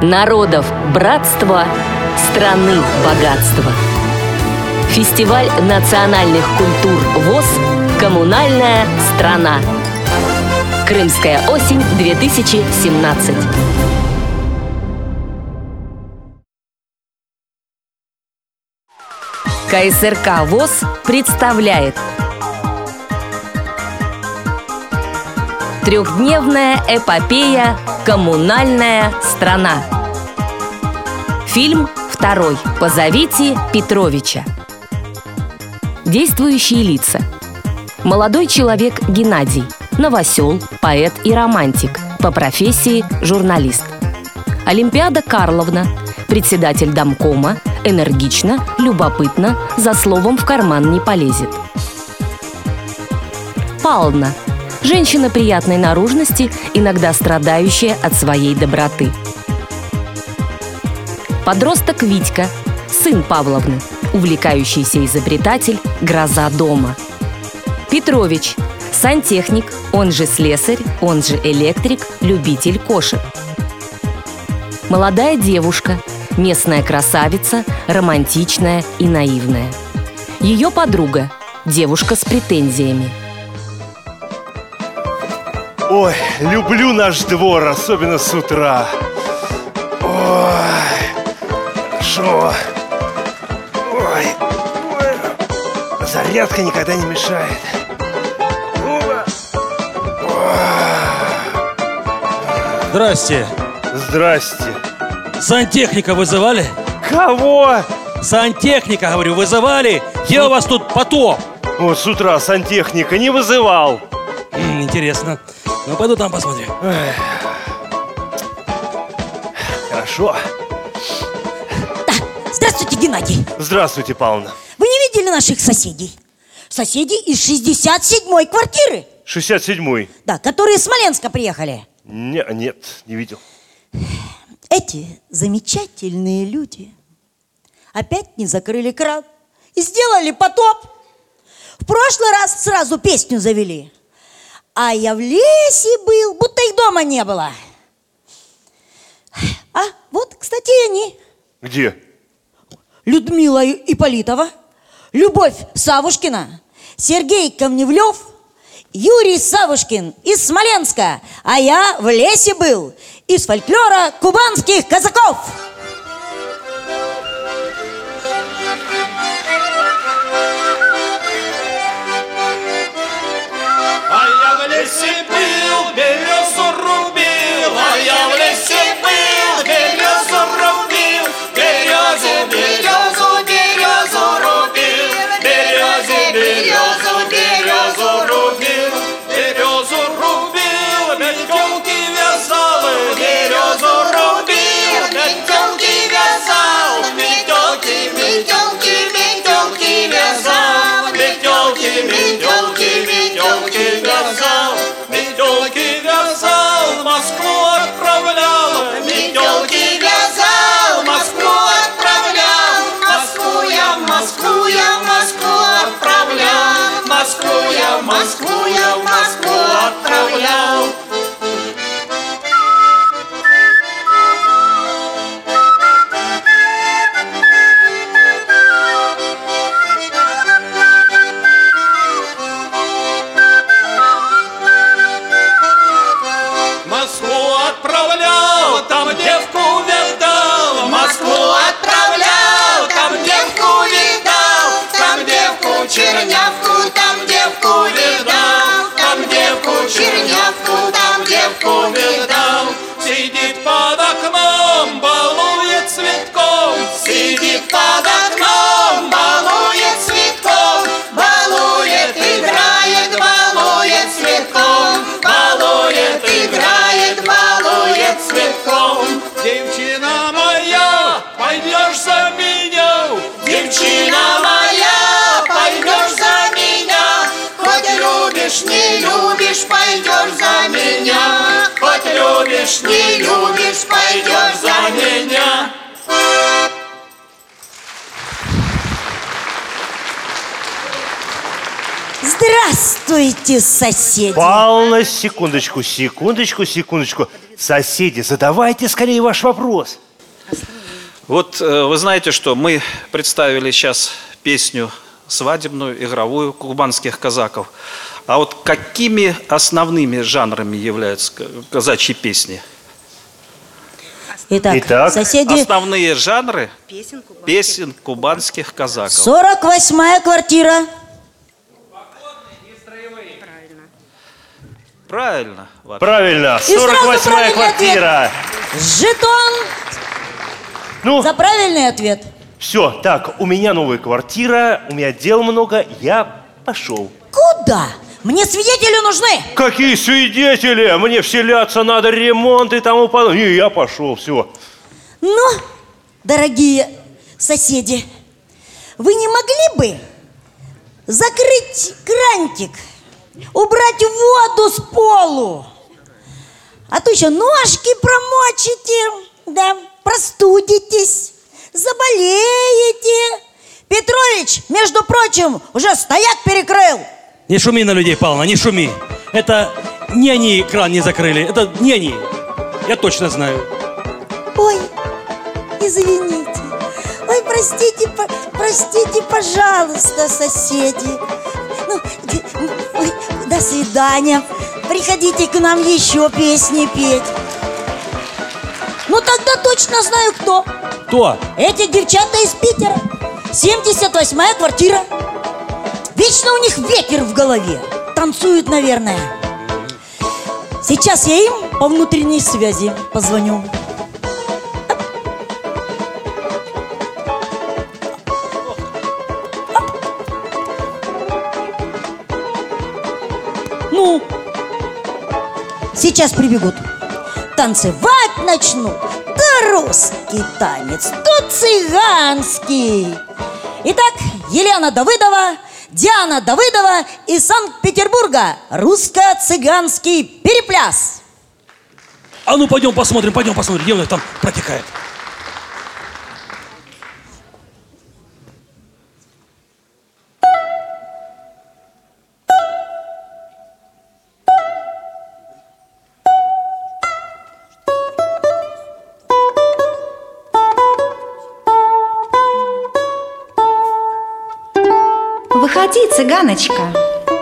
Народов братства, страны богатства. Фестиваль национальных культур ВОС «Коммунальная страна». Крымская осень 2017. КСРК ВОС представляет трехдневная эпопея «Коммунальная страна». Фильм второй. Позовите Петровича. Действующие лица. Молодой человек Геннадий, новосел, поэт и романтик, по профессии журналист. Олимпиада Карловна, председатель домкома, энергично, любопытно, за словом в карман не полезет. Павловна, женщина приятной наружности, иногда страдающая от своей доброты. Подросток Витька, сын Павловны, увлекающийся изобретатель, гроза дома. Петрович, сантехник, он же слесарь, он же электрик, любитель кошек. Молодая девушка, местная красавица, романтичная и наивная. Ее подруга, девушка с претензиями. Ой, люблю наш двор, особенно с утра. Ой, хорошо. Ой, зарядка никогда не мешает. Здрасте. Здрасте. Сантехника вызывали? Кого? Сантехника, говорю, вызывали? Где у вас тут потоп? Вот с утра сантехника не вызывал. Интересно. Ну, пойду там посмотрю. Хорошо. Да. Здравствуйте, Геннадий. Здравствуйте, Павловна. Вы не видели наших соседей? Соседей из 67-й квартиры. 67-й. Да, которые из Смоленска приехали. Нет, не видел. Эти замечательные люди опять не закрыли кран и сделали потоп. В прошлый раз сразу песню завели. А я в лесе был, будто их дома не было. А вот, кстати, они. Где? Людмила Ипполитова, Любовь Савушкина, Сергей Камневлев, Юрий Савушкин из Смоленска. А я в лесе был, из фольклора кубанских казаков. А я в лесе был, березу рубил, а я в лесе был, березу рубил, березу, березу, березу рубил, березу, березу, березу рубил, березу рубил, метелки вязал, березу рубил, метелки вязал, метелки, метелки, метелки вязал, метелки, метелки, метелки вязал, метелки вязал, Москву отправлял, метелки вязал, Москву отправлял, Москву я, Москву я, Москву отправлял, Москву я, Москву я, Москву отправлял. Москву отправлял, там девку видал, Москву отправлял, там девку видал, там девку чернявку, там девку видал, там девку чернявку, там девку видал. Сидит под окном, балует цветком, сидит под окном, балует цветком, балует, играет, балует цветком, балует, играет, балует цветком. Девчина моя, пойдешь за меня, девчина моя, пойдешь за меня, хоть любишь, не любишь, пойдешь за меня, хоть любишь, не любишь, пойдешь за меня. Здравствуйте, соседи. Павловна, секундочку. Соседи, задавайте скорее ваш вопрос. Вот вы знаете, что мы представили сейчас песню свадебную, игровую кубанских казаков. А вот какими основными жанрами являются казачьи песни? Итак, соседи... Основные жанры песен кубанских казаков. 48-я квартира. Правильно. Правильно, И сразу 48-я правильный квартира. Жетон Ну, за правильный ответ. все, так, у меня новая квартира, у меня дел много, я пошел. Куда? Мне свидетели нужны. Какие свидетели? Мне вселяться надо, ремонт и тому подобное. Не, я пошел, все. Ну, дорогие соседи, вы не могли бы закрыть крантик, убрать воду с полу? А то еще ножки промочите, да, простудитесь, заболеете. Петрович, между прочим, уже стояк перекрыл. Не шуми на людей, Павловна, не шуми. Это не они кран не закрыли, это не они. Я точно знаю. Ой, извините. Ой, простите, пожалуйста, соседи. Ну, ой, до свидания. Приходите к нам еще песни петь. Ну, тогда точно знаю, кто. Кто? Эти девчата из Питера. 78-я квартира. Вечно у них ветер в голове. Танцуют, наверное. Сейчас я им по внутренней связи позвоню. Ну, сейчас прибегут. Танцевать начнут. Да русский танец, то цыганский. Итак, Елена Давыдова, Диана Давыдова из Санкт-Петербурга. Русско-цыганский перепляс. А ну пойдем посмотрим, где у нас там протекает. Выходи, цыганочка.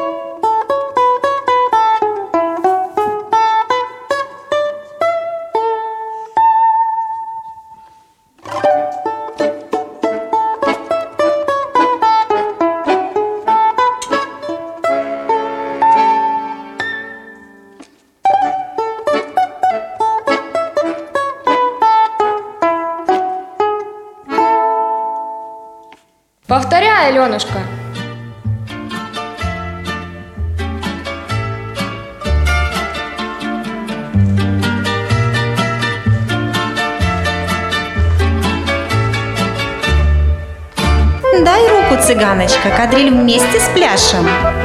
Повторяй, Аленушка. Дай руку, цыганочка, кадриль вместе спляшем.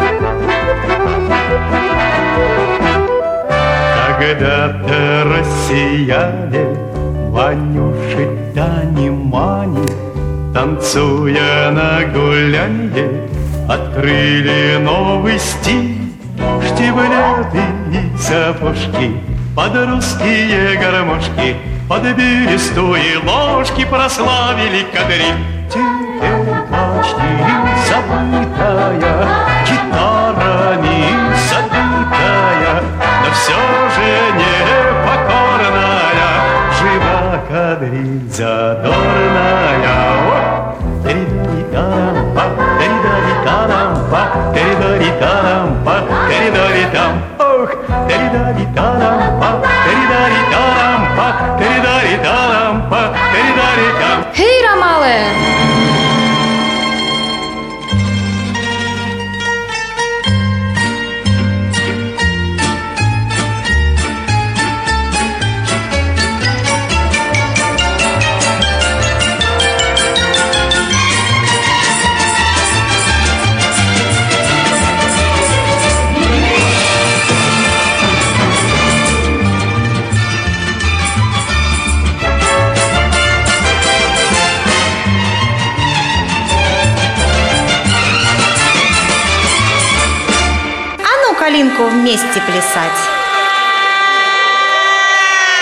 Когда-то россияне Ванюши, Тани, Мани, танцуя на гулянье, открыли новый стиль. Штиблеты и сапожки под русские гармошки, под берестовые ложки прославили кадриль. Теперь почти забытая, гитарами забитая, но все же непокорная, жива кадриль задорная. Теридари-тарампа, теридари-тарампа, теридари-тарампа, теридари-там. Ох, теридари-тарампа, теридари-тарампа, теридари-тарампа, теридари-там. Гей, Ромале! А ну, калинку вместе плясать.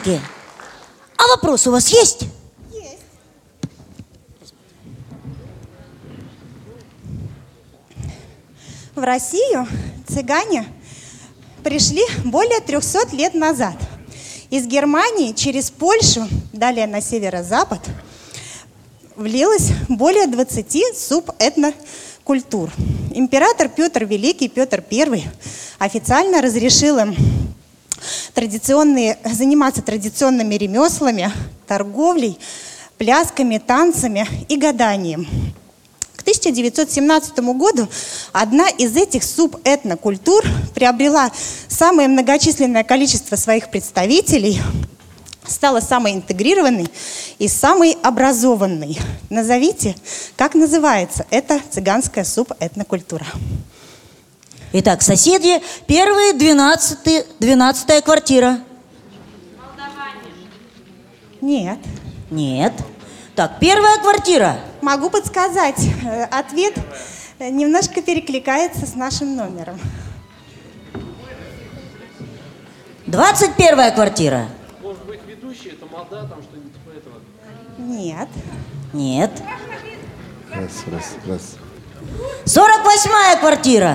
девчонки, а вопрос у вас есть? Есть. В Россию цыгане пришли более 300 лет назад. Из Германии через Польшу, далее на северо-запад, влилось более 20 субэтнокультур. Император Петр Великий, Петр I, официально разрешил им заниматься традиционными ремеслами, торговлей, плясками, танцами и гаданием. К 1917 году одна из этих субэтнокультур приобрела самое многочисленное количество своих представителей, стала самой интегрированной и самой образованной. Назовите, как называется эта цыганская субэтнокультура? Итак, соседи, первая, 12-я квартира. Нет. Нет. Так, первая квартира. Могу подсказать. Ответ немножко перекликается с нашим номером. 21-я квартира. Может быть, ведущий, это молда, там что-нибудь типа этого? Нет. Нет. Раз. 48-я квартира.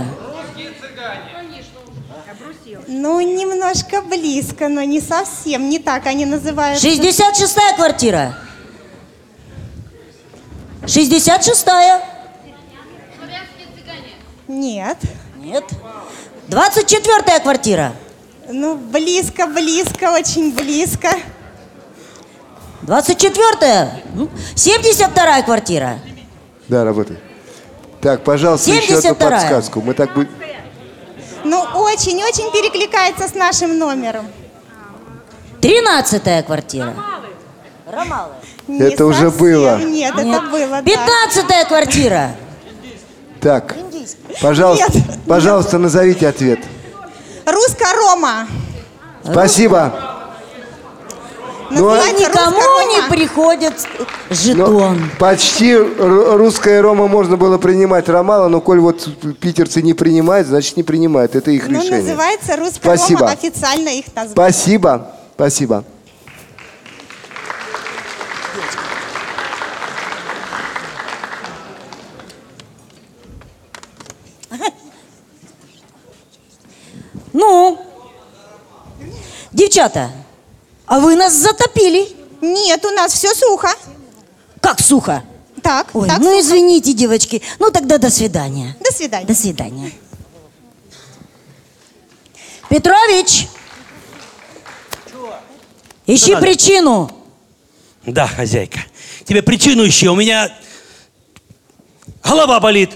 Ну, немножко близко, но не совсем. Не так они называются. 66-я квартира. 66-я. Нет. Нет. 24-я квартира. Ну, близко, очень близко. 24-я. 72-я квартира. Да, работай. Так, пожалуйста, еще одну 72-я. подсказку. Мы так бы... Ну, очень перекликается с нашим номером. 13-я квартира. Ромалы. Это уже было. Нет, это было, да. 15-я квартира. Так, пожалуйста, назовите ответ. Русско-Рома. Спасибо. И никому не приходит жетон. Почти русская Рома можно было принимать Ромала, но коль вот питерцы не принимают, значит не принимают. Это их решение. Называется русская Рома, официально их название. Спасибо. Ну, девчата, а вы нас затопили. Нет, у нас все сухо. Как сухо? Так, ой, так ну сухо. Извините, девочки. Ну тогда до свидания. До свидания. До свидания. Петрович! Ищи причину. Да, хозяйка. Тебе причину ищи. У меня голова болит.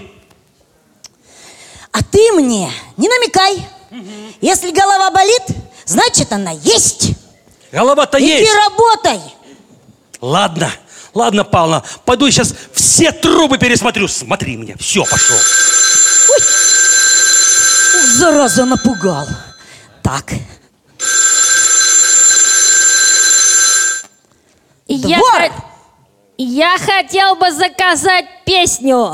А ты мне не намекай. Если голова болит, значит она есть. Голова-то есть. Иди работай. Ладно, Павловна. Пойду сейчас все трубы пересмотрю. Смотри меня. Все, пошел. Ой. Зараза, напугал. Так. Я хотел бы заказать песню.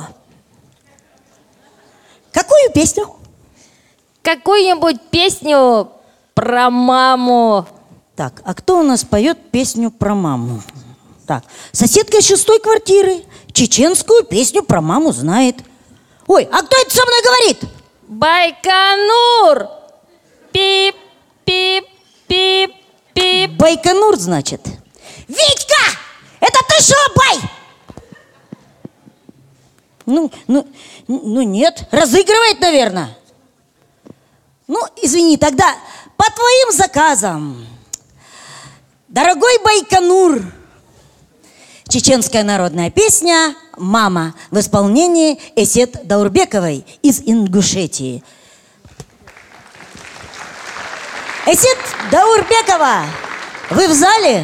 Какую песню? Какую-нибудь песню про маму. Так, а кто у нас поет песню про маму? Так, соседка из 6-й квартиры чеченскую песню про маму знает. Ой, а кто это со мной говорит? Байконур! Пип-пип-пип-пип. Байконур, значит. Витька! Это ты шалопай! Ну, нет. Разыгрывает, наверное. Ну, извини, тогда по твоим заказам. Дорогой Байконур. Чеченская народная песня «Мама» в исполнении Эсет Даурбековой из Ингушетии. Эсет Даурбекова, вы в зале?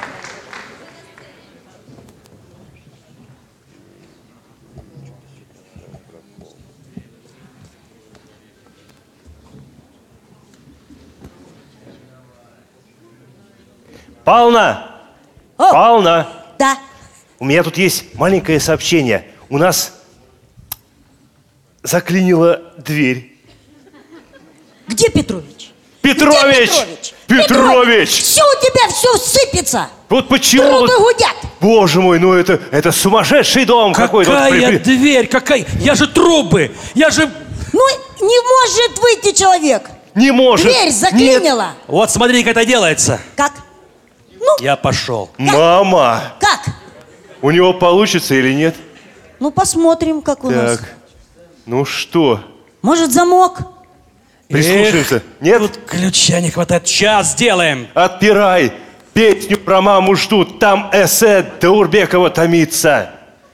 Павловна! Павловна! Да. У меня тут есть маленькое сообщение. У нас заклинила дверь. Где Петрович? Петрович! Петрович! Все у тебя все сыпется. Вот почему... Трубы гудят. Боже мой, ну это сумасшедший дом какой-то. Какая дверь? Какая? Я же трубы! Я же... Ну, не может выйти человек. Не может. Дверь заклинила. Вот смотри, как это делается. Как? Я пошел. Мама! Как? У него получится или нет? Ну, посмотрим, как у нас. Так, ну что? Может, замок? Прислушаемся. Нет? Тут ключа не хватает. Сейчас сделаем. Отпирай. Песню про маму ждут. Там эссе Даурбекова томится.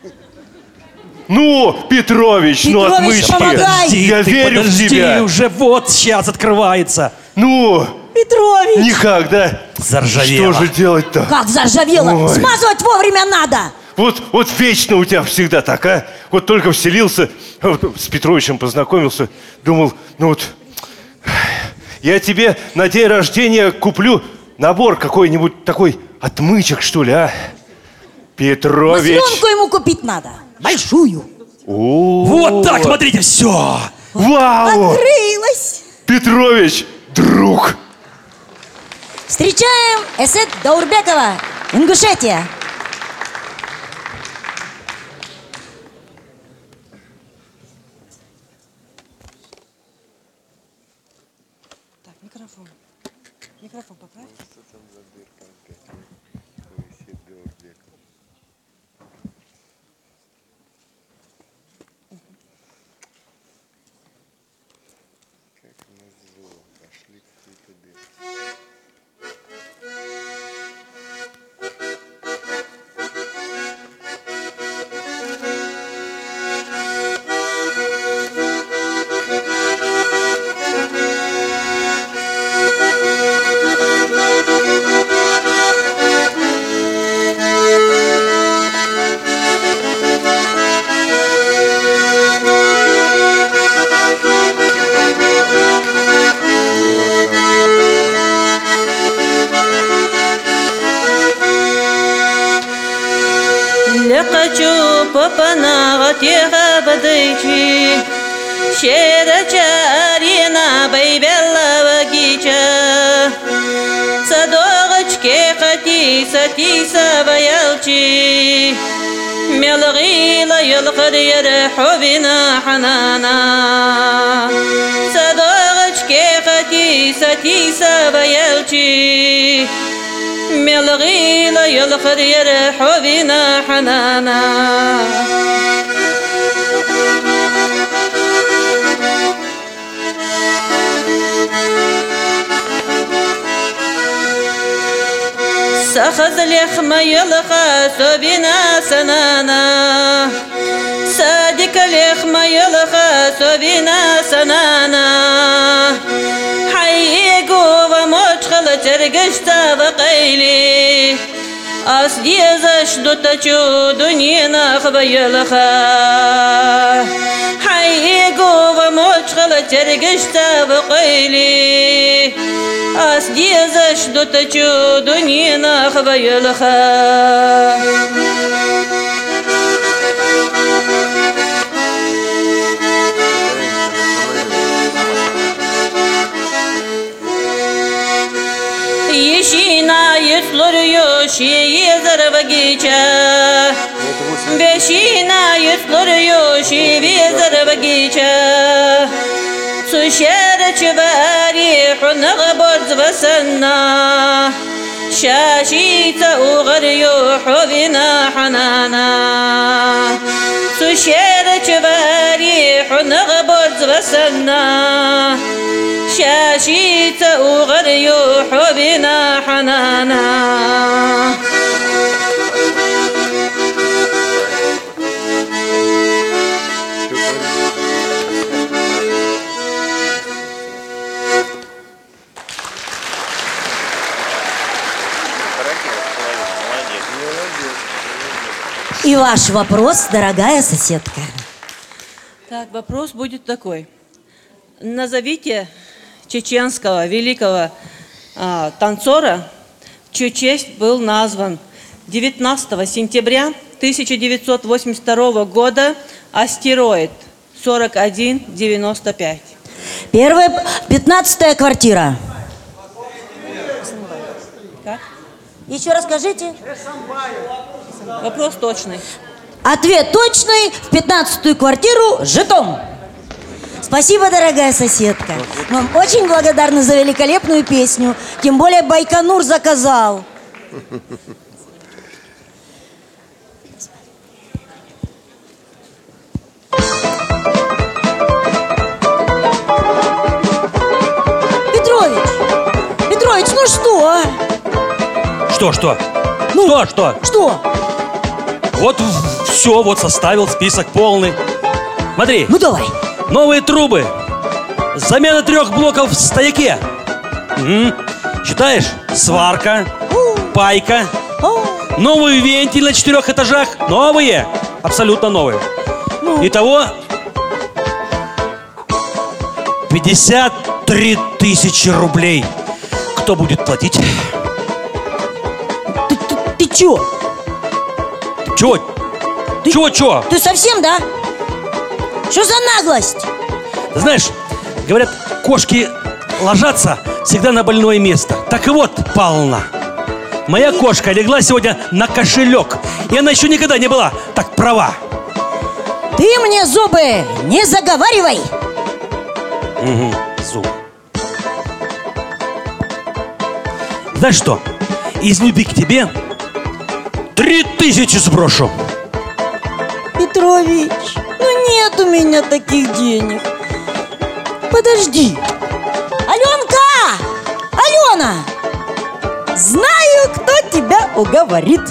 Ну, Петрович, ну отмычки. Я верю в тебя. Уже вот сейчас открывается. Ну. Петрович. Никак, да? Заржавело. Что же делать-то? Как заржавело? Ой. Смазывать вовремя надо. Вот вечно у тебя всегда так, а? Вот только вселился, вот с Петровичем познакомился, думал, ну вот, я тебе на день рождения куплю набор какой-нибудь такой отмычек, что ли, а? Петрович. Масленку ему купить надо. Большую. Вот так, смотрите, все. Вау! Открылась. Петрович, друг. Встречаем Эсет Даурбекова, Ингушетия. Так, микрофон. Микрофон поправьте. لقچو پپنا غتیغا بدیچی شیر چارینا بیبلا وگیچا صدوغچ که قتی ستی سبیلچی ملغیل یلقر یرحو بنا حنانا صدوغچ که قتی ستی سبیلچی ملغيل يلخر يرحو بنا حنانا سخز اليخم يلخس بنا سنانا صادق اليخم يلخس بنا سنانا حيقو ومجخل ترقشتا بقيلي أصلي زشدو تشو دنينا خبيلخا حيقو ومجخل ترقشتا بقيلي أصلي زشدو تشو دنينا خبيلخا Ешина юслур юши езер багича Бешина юслур юши везер багича Сушер чбари хунг борз басна Шашица угар юху бина ханана Сушер чбари хунг борз басна شاشيت أغر يوح بنا حنانا И ваш вопрос, дорогая соседка. Так, вопрос будет такой. Назовите чеченского великого танцора, в чью честь был назван 19 сентября 1982 года астероид 4195. Первая, 15-я квартира. Как? Еще расскажите. Вопрос точный. Ответ точный. В 15-ю квартиру жетон. Спасибо, дорогая соседка. Вам очень благодарны за великолепную песню. Тем более Байконур заказал. Петрович, ну что, а? Что? Ну, Что? Вот все, вот составил список полный. Смотри. Ну давай. Новые трубы. Замена 3 блоков в стояке. Считаешь? Сварка, пайка. Новый вентиль на 4 этажах. Новые. Абсолютно новые. Итого 53 тысячи рублей. Кто будет платить? Ты чё? Чего? Ты совсем, да? Что за наглость? Ты знаешь, говорят, кошки ложатся всегда на больное место. Так и вот, Павловна, моя кошка легла сегодня на кошелек. И она еще никогда не была так права. Ты мне зубы не заговаривай. Зубы. Знаешь что? Из любви к тебе 3000 сброшу. Петрович, ну нет у меня таких денег. Подожди. Алена! Знаю, кто тебя уговорит.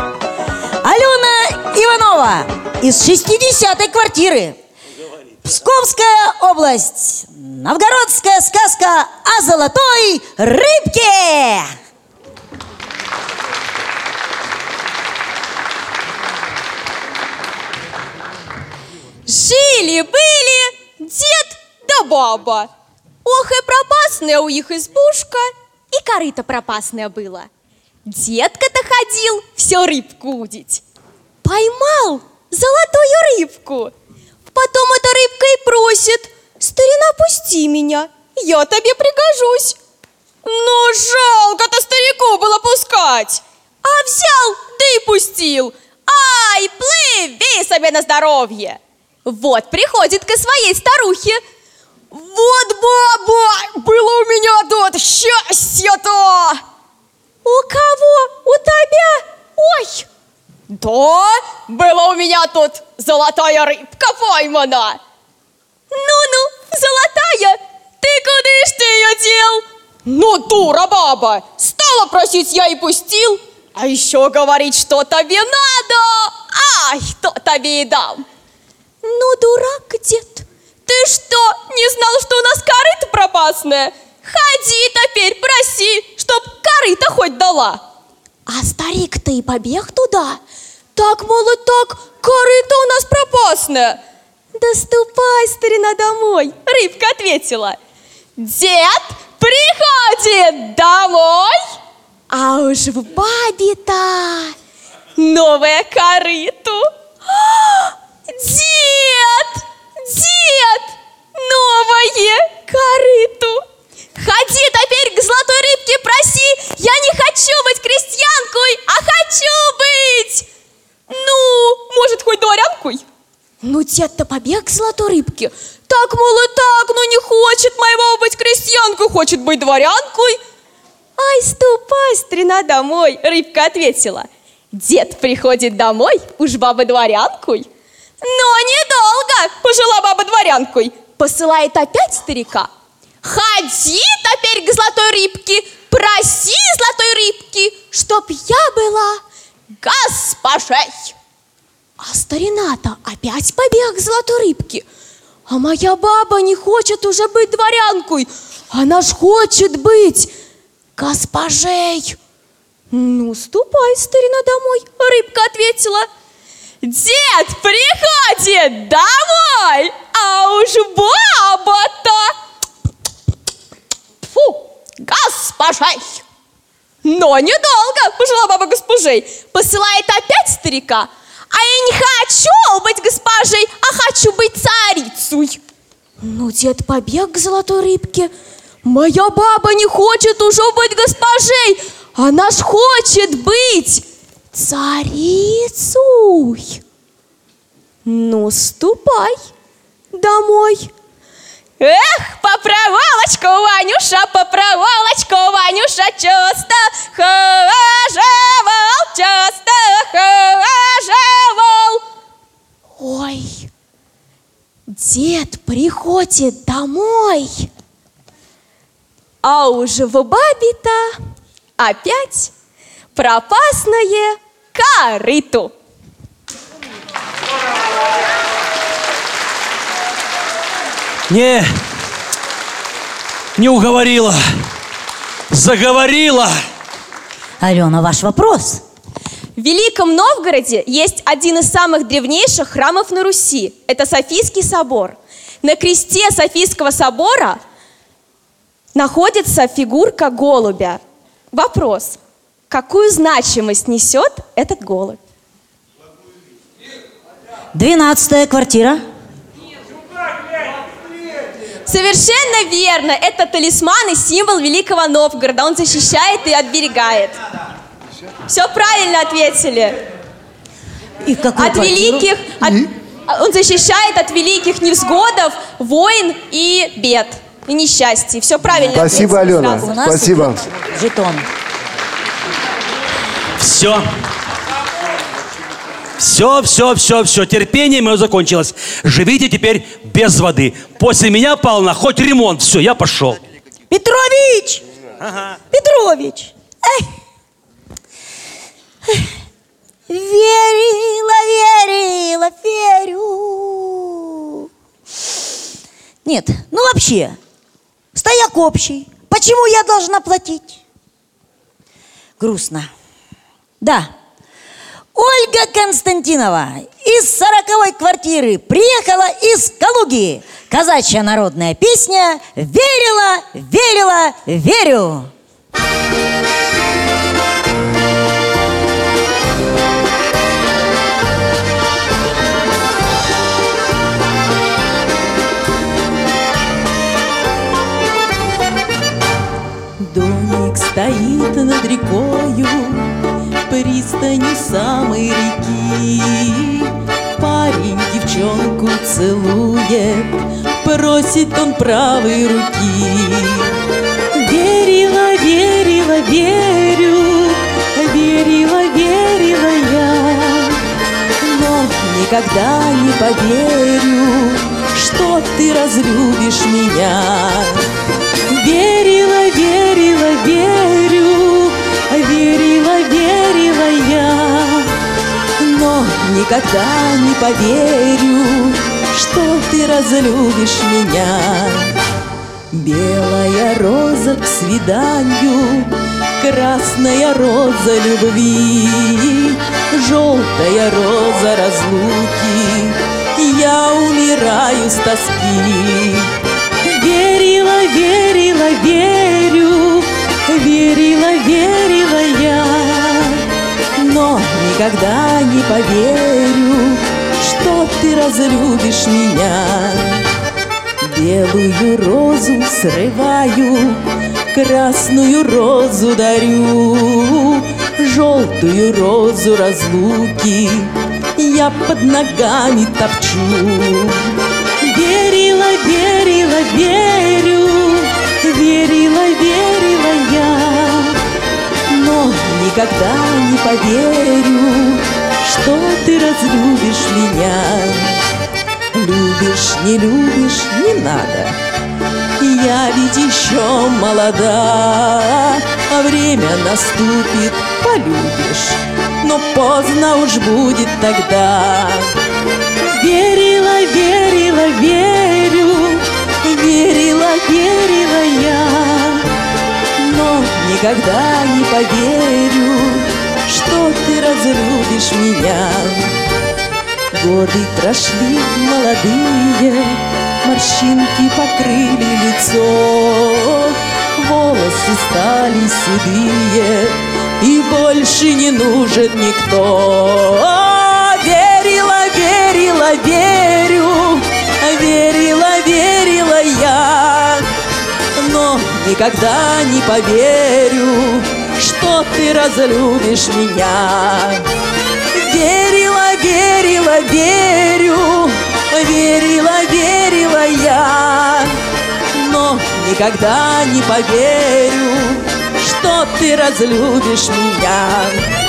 Алена Иванова из 60-й квартиры. Псковская область. Новгородская сказка о золотой рыбке. Жили-были дед да баба. Ох, и пропасная у их избушка, и корыто пропасное было. Дедка-то ходил все рыбку удить. Поймал золотую рыбку. Потом эта рыбка и просит: старина, пусти меня, я тебе пригожусь. Ну, жалко-то старику было пускать. А взял, да и пустил. Ай, плыви себе на здоровье. Вот приходит ко своей старухе. Вот, баба, было у меня тут счастье-то. У кого? У тебя? Ой, да, была у меня тут золотая рыбка поймана. Ну-ну, золотая, ты куда ж ты ее дел? Ну, дура баба, стала просить, я и пустил. А еще говорить, что тебе надо. Ай, то тебе и дам. Ну, дурак, дед, ты что, не знал, что у нас корыто пропасное? Ходи теперь, проси, чтоб корыто хоть дала. А старик-то и побег туда. Так, мол, и так, корыто у нас пропасное. Да ступай, старина, домой, рыбка ответила. Дед приходит домой, а уж в бабе-то новое корыто. Дед, новое корыто. Ходи теперь к золотой рыбке, проси. Я не хочу быть крестьянкой, а хочу быть, ну, может, хоть дворянкой. Ну, дед-то побег к золотой рыбке. Так, мол, и так, ну не хочет моего быть крестьянкой, хочет быть дворянкой. Ай, ступай, старина, домой, рыбка ответила. Дед приходит домой, уж баба дворянкой. Но недолго пожила баба дворянкой. Посылает опять старика. Ходи теперь к золотой рыбке, проси золотой рыбки, чтоб я была госпожей. А старина-то опять побег к золотой рыбке. А моя баба не хочет уже быть дворянкой. Она ж хочет быть госпожей. Ну, ступай, старина, домой, рыбка ответила. Дед приходит домой, а уж баба-то, фу, госпожей. Но недолго пожила баба госпожей. Посылает опять старика. А я не хочу быть госпожей, а хочу быть царицей. Ну, дед побег к золотой рыбке. Моя баба не хочет уже быть госпожей, Она ж хочет быть царицей. Ну, ступай домой. Эх, по проволочку, Ванюша, по проволочку, Ванюша, часто хаживал. Ой, дед приходит домой, а уж в бабе-то опять пропасное корыто. Не уговорила. Заговорила. Алена, ваш вопрос. В Великом Новгороде есть один из самых древнейших храмов на Руси. Это Софийский собор. На кресте Софийского собора находится фигурка голубя. Вопрос. Какую значимость несет этот голубь? 12-я квартира. Совершенно верно. Это талисман и символ Великого Новгорода. Он защищает и оберегает. Все правильно ответили. И в какую от великих, он защищает от великих невзгодов, войн и бед, и несчастий. Все правильно. Спасибо, ответили. Алена. Сразу. Спасибо. Жетон. Все. Терпение мое закончилось. Живите теперь без воды. После меня, Павловна, хоть ремонт. Все, я пошел. Петрович! Ага. Петрович! Эх. Верю. Нет, ну вообще, стояк общий. Почему я должна платить? Грустно. Да. Ольга Константинова из 40-й квартиры приехала из Калуги. Казачья народная песня «Верила, верила, верю». Домик стоит над рекою, пристанью самой реки. Парень девчонку целует, просит он правой руки. Верила, верила, верю, верила, верила я, но никогда не поверю, что ты разлюбишь меня. Верила, верила, верю, верила, верила я, но никогда не поверю, что ты разлюбишь меня. Белая роза к свиданию, красная роза любви, желтая роза разлуки, я умираю с тоски. Верила, верила, верю, верила, верила я, но никогда не поверю, что ты разлюбишь меня. Белую розу срываю, красную розу дарю, желтую розу разлуки я под ногами топчу. Верила, верила, верю, верила, верила я, но никогда не поверю, что ты разлюбишь меня. Любишь, не любишь, не надо, я ведь еще молода, а время наступит, полюбишь, но поздно уж будет тогда. Верила, верила, верю, верила, верила я, но никогда не поверю, что ты разлюбишь меня. Годы прошли молодые, морщинки покрыли лицо, волосы стали седые, и больше не нужен никто. Верила, верила, верю, верила, верила я, но никогда не поверю, что что ты разлюбишь меня. Верила, верила, верю, верила, верила я, но никогда не поверю, что ты разлюбишь меня.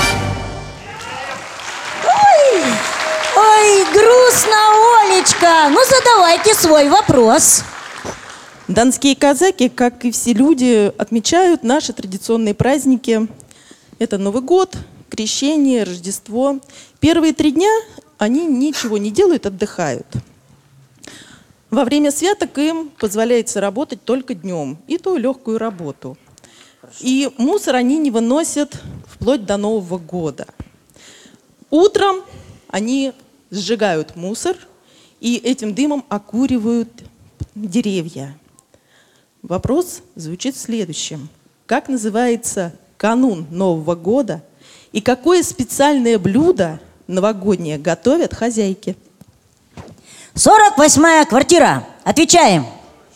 Ой, грустно, Олечка. Ну, задавайте свой вопрос. Донские казаки, как и все люди, отмечают наши традиционные праздники. Это Новый год, Крещение, Рождество. Первые 3 дня они ничего не делают, отдыхают. Во время святок им позволяется работать только днем, и то легкую работу. И мусор они не выносят вплоть до Нового года. Утром они сжигают мусор и этим дымом окуривают деревья. Вопрос звучит следующим. Как называется канун Нового года и какое специальное блюдо новогоднее готовят хозяйки? 48-я квартира. Отвечаем.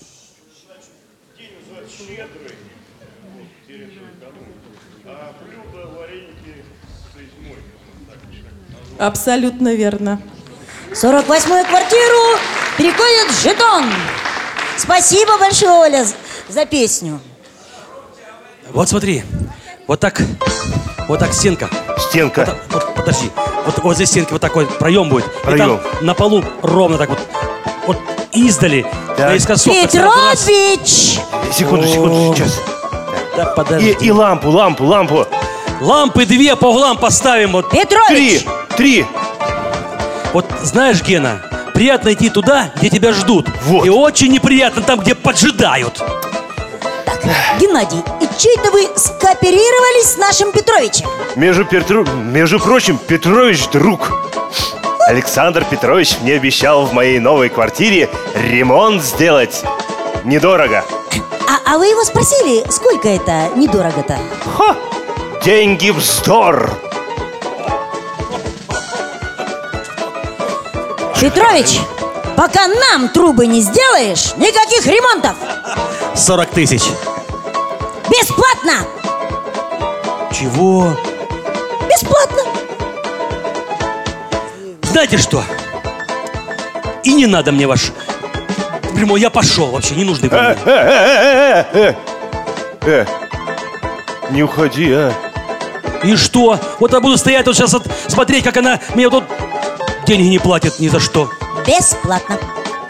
Абсолютно верно. 48-ю квартиру переходит жетон. Спасибо большое, Оля, за песню. Вот смотри, вот так стенка. Стенка. Вот, подожди, вот возле стенки вот такой проем будет. Проем. И там на полу ровно так вот издали, да. Наискосок. Петрович! Секунду, сейчас. Да, подожди. И лампу. Лампы 2 по углам поставим. Вот. Петрович! 3. Вот знаешь, Гена, приятно идти туда, где тебя ждут. Вот. И очень неприятно там, где поджидают. Так, Геннадий, и че это вы скооперировались с нашим Петровичем? Между прочим, Петрович друг. Александр Петрович мне обещал в моей новой квартире ремонт сделать недорого. А вы его спросили, сколько это недорого-то? Ха! Деньги вздор! Петрович, пока нам трубы не сделаешь, никаких ремонтов! 40 тысяч. Бесплатно! Чего? Бесплатно! Знаете что? И не надо мне ваш... Прямо я пошел вообще, не нужны вы мне. Не уходи, а. И что? Вот я буду стоять вот сейчас смотреть, как она мне тут деньги не платит ни за что. Бесплатно.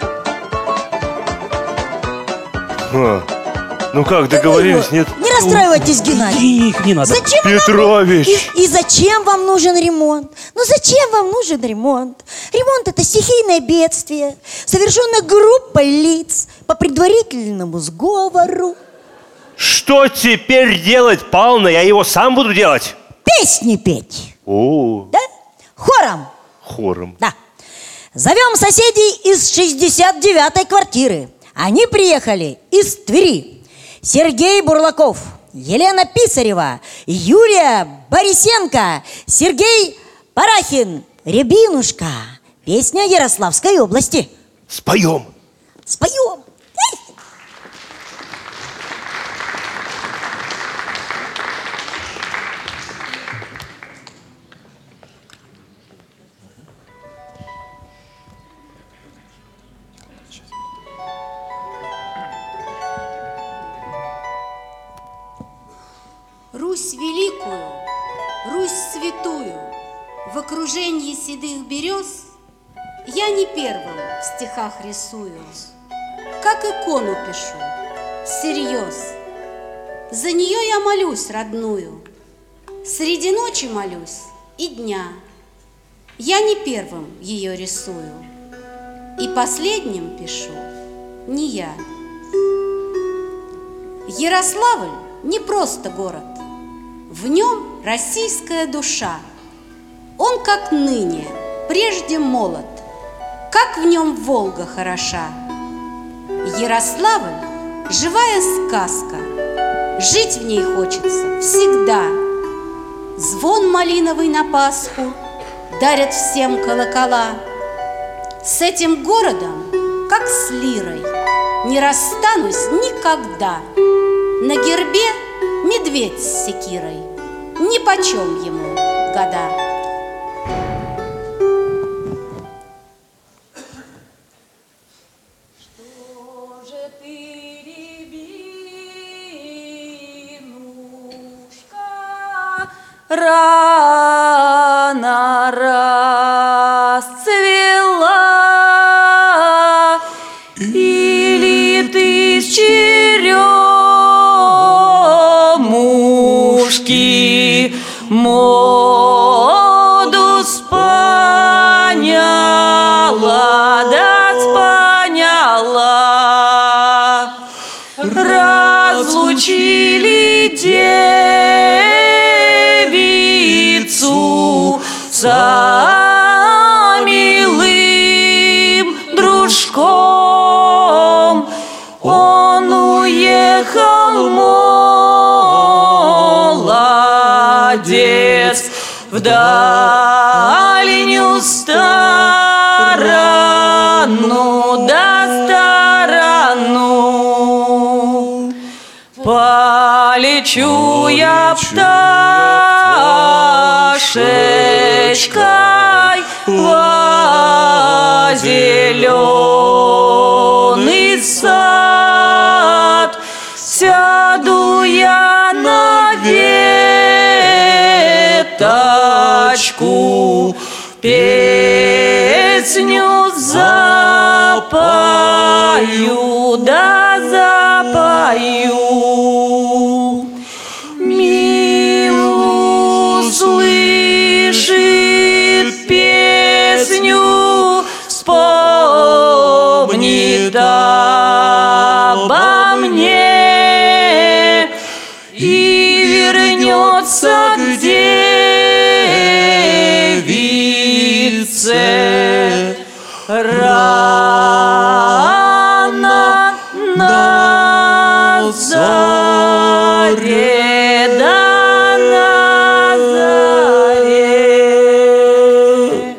Ну как, договорились, нет? Не расстраивайтесь, Геннадий. Не надо. Зачем Петрович! И зачем вам нужен ремонт? Ну зачем вам нужен ремонт? Ремонт — это стихийное бедствие, совершенное группой лиц по предварительному сговору. Что теперь делать, Павловна? Я его сам буду делать. Песни петь. Да? Хором. Да. Зовем соседей из 69-й квартиры. Они приехали из Твери. Сергей Бурлаков, Елена Писарева, Юлия Борисенко, Сергей Парахин, Рябинушка. Песня Ярославской области. Споем. Споем. Русь великую, Русь святую, в окружении седых берез я не первым в стихах рисую, как икону пишу, всерьез. За нее я молюсь родную, среди ночи молюсь и дня. Я не первым ее рисую, и последним пишу не я. Ярославль не просто город, в нем российская душа. Он как ныне, прежде молод, как в нем Волга хороша. Ярославль — живая сказка, жить в ней хочется всегда. Звон малиновый на Пасху дарят всем колокола. С этим городом, как с лирой, не расстанусь никогда. На гербе медведь с секирой, нипочем ему года. Рано расцвела, или ты с черемушки моду спаняла, да спаняла. Разлучили девицу со милым дружком. Он уехал, молодец, в дальнюю сторону, да сторону. Полечу я пташечкой во зеленый сад, сяду я на веточку, песню запою, да запою. Милу слышит песню, вспомнит обо мне и вернется к девице рано на заре, да на заре.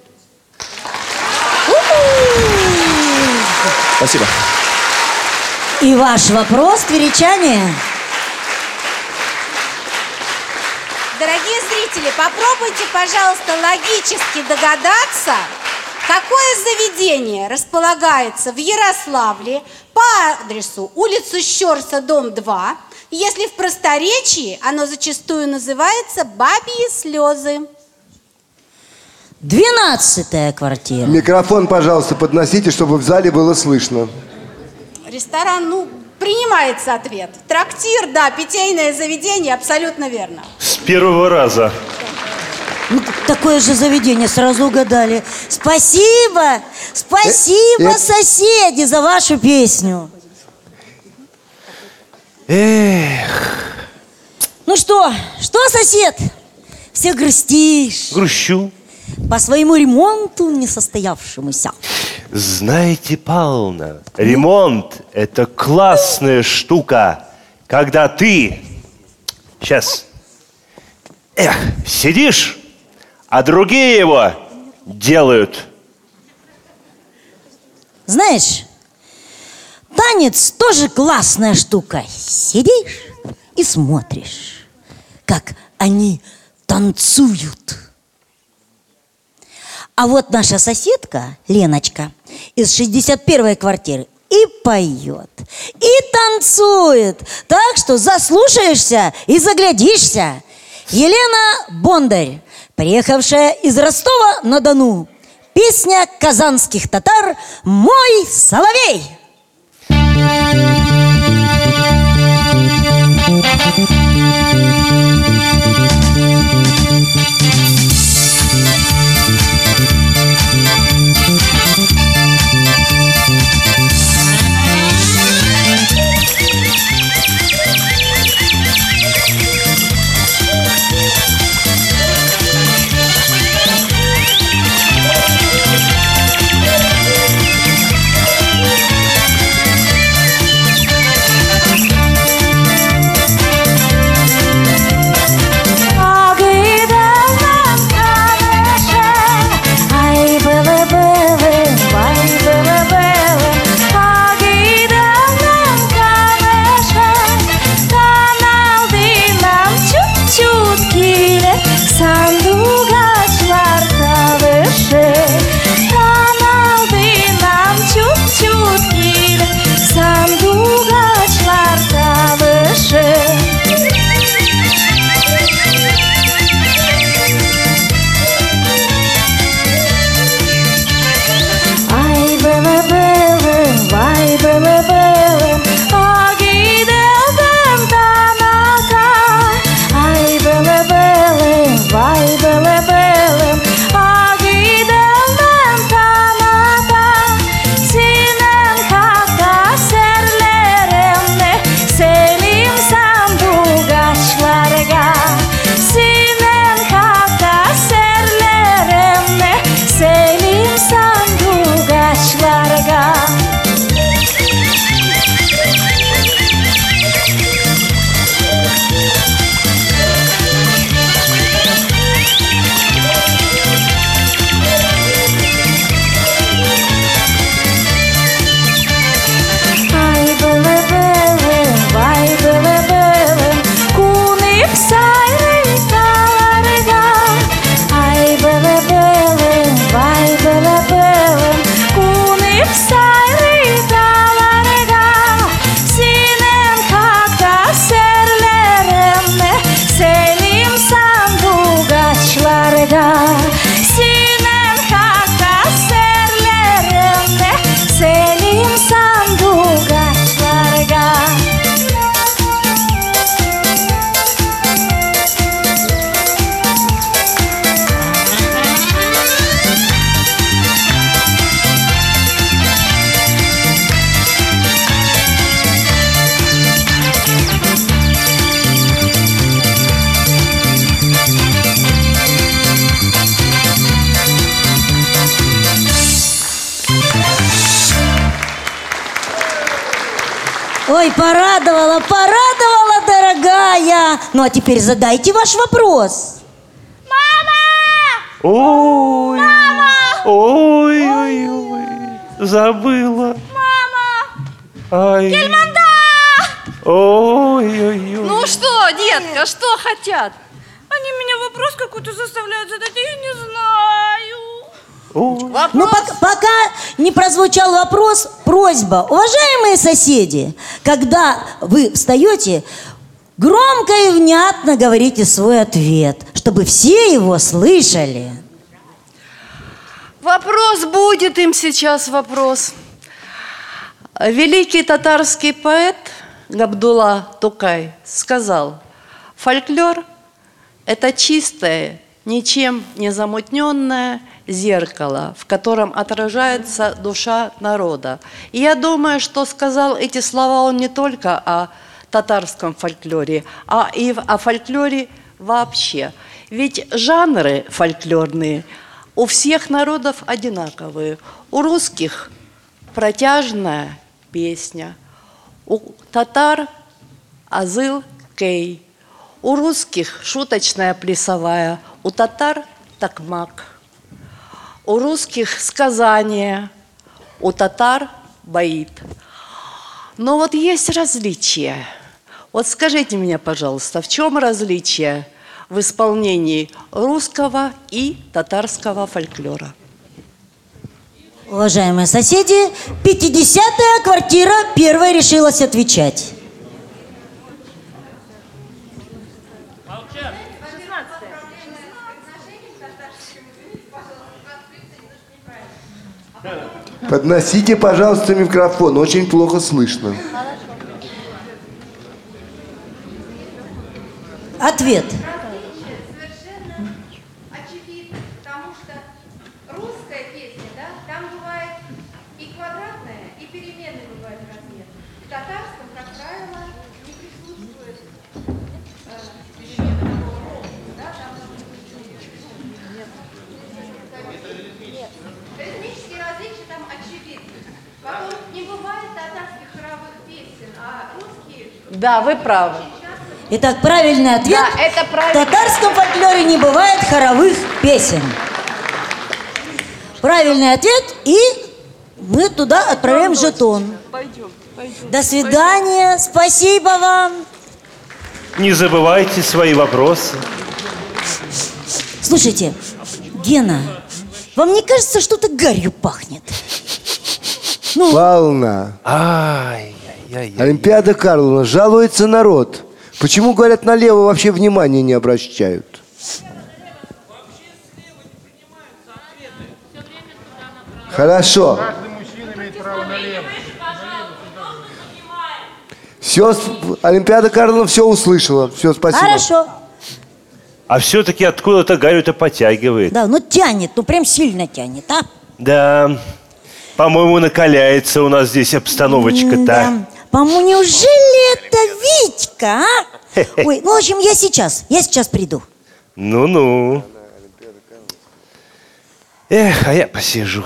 Спасибо. И ваш вопрос, тверичане? Дорогие зрители, попробуйте, пожалуйста, логически догадаться, какое заведение располагается в Ярославле по адресу улица Щорса, дом 2, если в просторечии оно зачастую называется «Бабьи слезы». 12-я квартира. Микрофон, пожалуйста, подносите, чтобы в зале было слышно. Ресторан, принимается ответ. Трактир, да, питейное заведение, абсолютно верно. С первого раза. Такое же заведение, сразу угадали. Спасибо, спасибо, соседи, за вашу песню. Эх. Ну что, сосед? Все грустишь? Грущу. По своему ремонту несостоявшемуся. Знаете, Павловна, ремонт – это классная штука, когда ты сейчас сидишь, а другие его делают. Знаешь, танец тоже классная штука. Сидишь и смотришь, как они танцуют. А вот наша соседка, Леночка, из 61-й квартиры и поет, и танцует, так что заслушаешься и заглядишься. Елена Бондарь, приехавшая из Ростова-на-Дону. Песня казанских татар «Мой соловей». Ой, порадовала, дорогая. Ну, а теперь задайте ваш вопрос. Ой, ой, забыла. Ай. Кельманда! Ой. Ну что, детка, что хотят? Они меня вопрос какой-то заставляют задать, а я не знаю. Ну, пока не прозвучал вопрос, просьба. Уважаемые соседи, когда вы встаете, громко и внятно говорите свой ответ, чтобы все его слышали. Вопрос будет им сейчас вопрос. Великий татарский поэт Габдулла Тукай сказал: фольклор – это чистое, ничем не замутненное зеркало, в котором отражается душа народа. И я думаю, что сказал эти слова он не только о татарском фольклоре, а и о фольклоре вообще. Ведь жанры фольклорные у всех народов одинаковые. У русских протяжная песня, у татар азыл-кей, у русских шуточная плясовая, у татар такмак, у русских сказание, у татар баит. Но вот есть различия. Вот скажите мне, пожалуйста, в чем различие в исполнении русского и татарского фольклора? Уважаемые соседи, 50-я квартира первая решилась отвечать. Подносите, пожалуйста, микрофон. Очень плохо слышно. Ответ. Очевидно, потому что русская песня, да, там бывает и квадратная, и переменный бывает размер. В татарском, как правило, не присутствует перемены такого рода, да, там нет. Ритмические различия там очевидны. Потом не бывает татарских хоровых песен, а русские... Да, вы правы. Итак, правильный ответ. Да, это правильно. В татарском фольклоре не бывает хоровых песен. Правильный ответ, и мы туда отправляем жетон. Пойдем. До свидания, спасибо вам. Не забывайте свои вопросы. Слушайте, Гена, вам не кажется, что-то гарью пахнет? Павловна. Олимпиада Карловна, жалуется народ. Почему, говорят, налево вообще внимания не обращают? Хорошо. Все, Олимпиада Карловна все услышала. Все, спасибо. Хорошо. А все-таки откуда-то гарью-то подтягивает. Да, ну тянет, ну прям сильно тянет, а? Да, по-моему, накаляется у нас здесь обстановочка-то. Да. По-моему, неужели это Витька, а? Ой, ну, в общем, я сейчас приду. Ну-ну. Эх, а я посижу.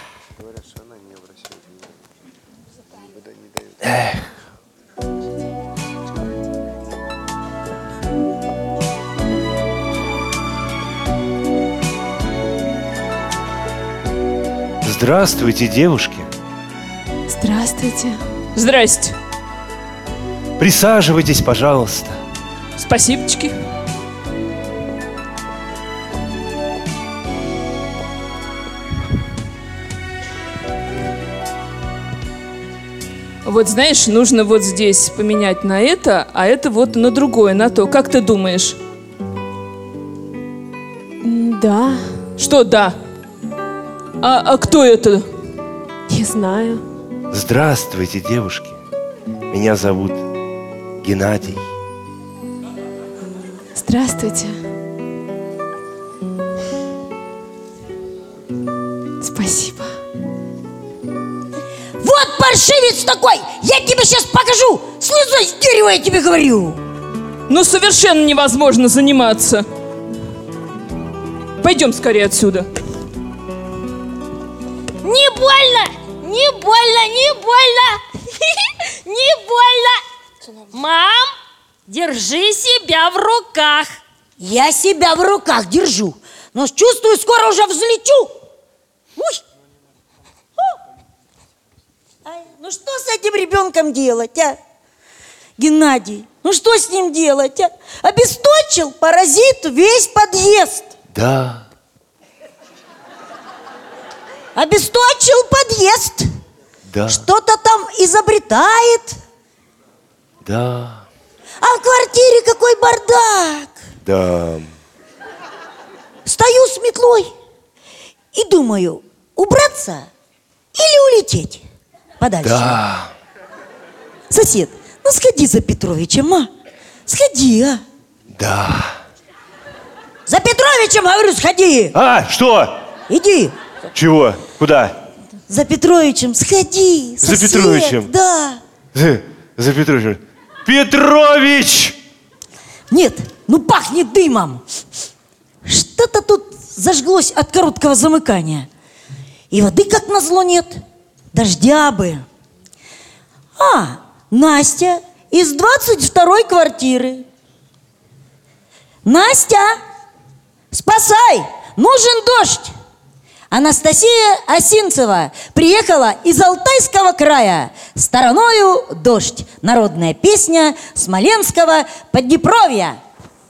Эх. Здравствуйте, девушки. Здравствуйте. Здрасте. Присаживайтесь, пожалуйста. Спасибочки. Вот знаешь, нужно вот здесь поменять на это, а это вот на другое, на то. Как ты думаешь? Да. Что да? А кто это? Не знаю. Здравствуйте, девушки. Меня зовут Геннадий. Здравствуйте. Спасибо. Вот паршивец такой! Я тебе сейчас покажу! Слезай с дерева, я тебе говорю! Ну, совершенно невозможно заниматься. Пойдем скорее отсюда. Не больно! Не больно, не больно! Не больно. Мам, держи себя в руках. Я себя в руках держу, но чувствую, скоро уже взлечу. Уй. Ай, ну что с этим ребенком делать, а? Геннадий, ну что с ним делать, а? Обесточил паразит весь подъезд. Да. Обесточил подъезд. Да. Что-то там изобретает. Да. А в квартире какой бардак. Да. Стою с метлой и думаю, убраться или улететь подальше. Да. Сосед, ну сходи за Петровичем, а? Сходи, а? Да. За Петровичем, говорю, сходи. А, что? Иди. Чего? Куда? За Петровичем сходи, сосед. За Петровичем? Да. За Петровичем. Петрович! Нет, ну пахнет дымом. Что-то тут зажглось от короткого замыкания. И воды, как назло, нет. Дождя бы. А, Настя из 22-й квартиры. Настя, спасай, нужен дождь. Анастасия Осинцева приехала из Алтайского края. Стороною дождь. Народная песня Смоленского Поднепровья.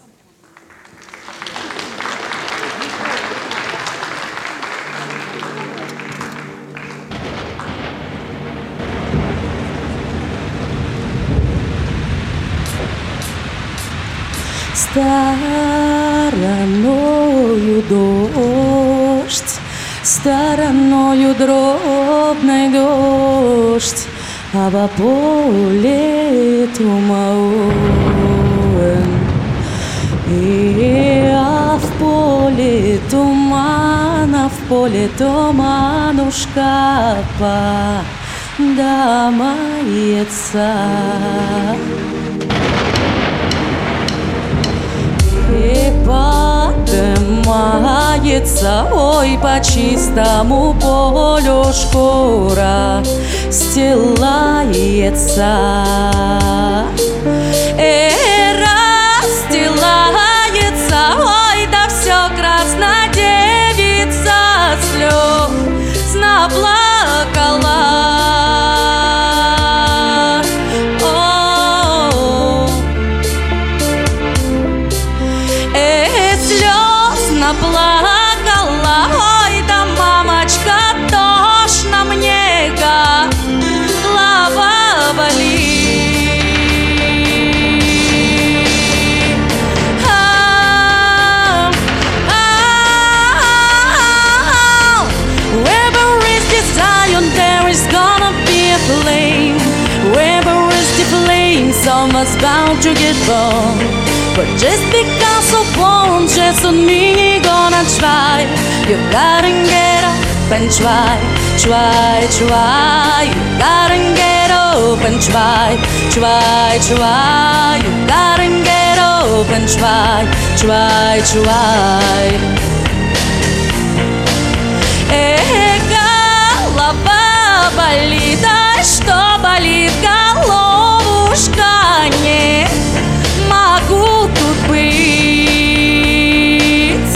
Стороною дождь, стороною дробный дождь, а во поле туман. А в поле туманушка подымается. И подымается, ой, по чистому полюшку расстилается. Расстилается, ой, да все красная девица слез наплакала. Наплакала, ой, да мамочка, тошно мне, голова болит. Wherever is desire, there is gonna be a flame. Wherever is the flame, someone's bound to get burned. But just because of one, just on me gonna try. You gotta get up and try, try, try. You gotta get up and try, try, try. You gotta get up and try, try, try. Голова болит, а что болит, головушка, не могу тут быть.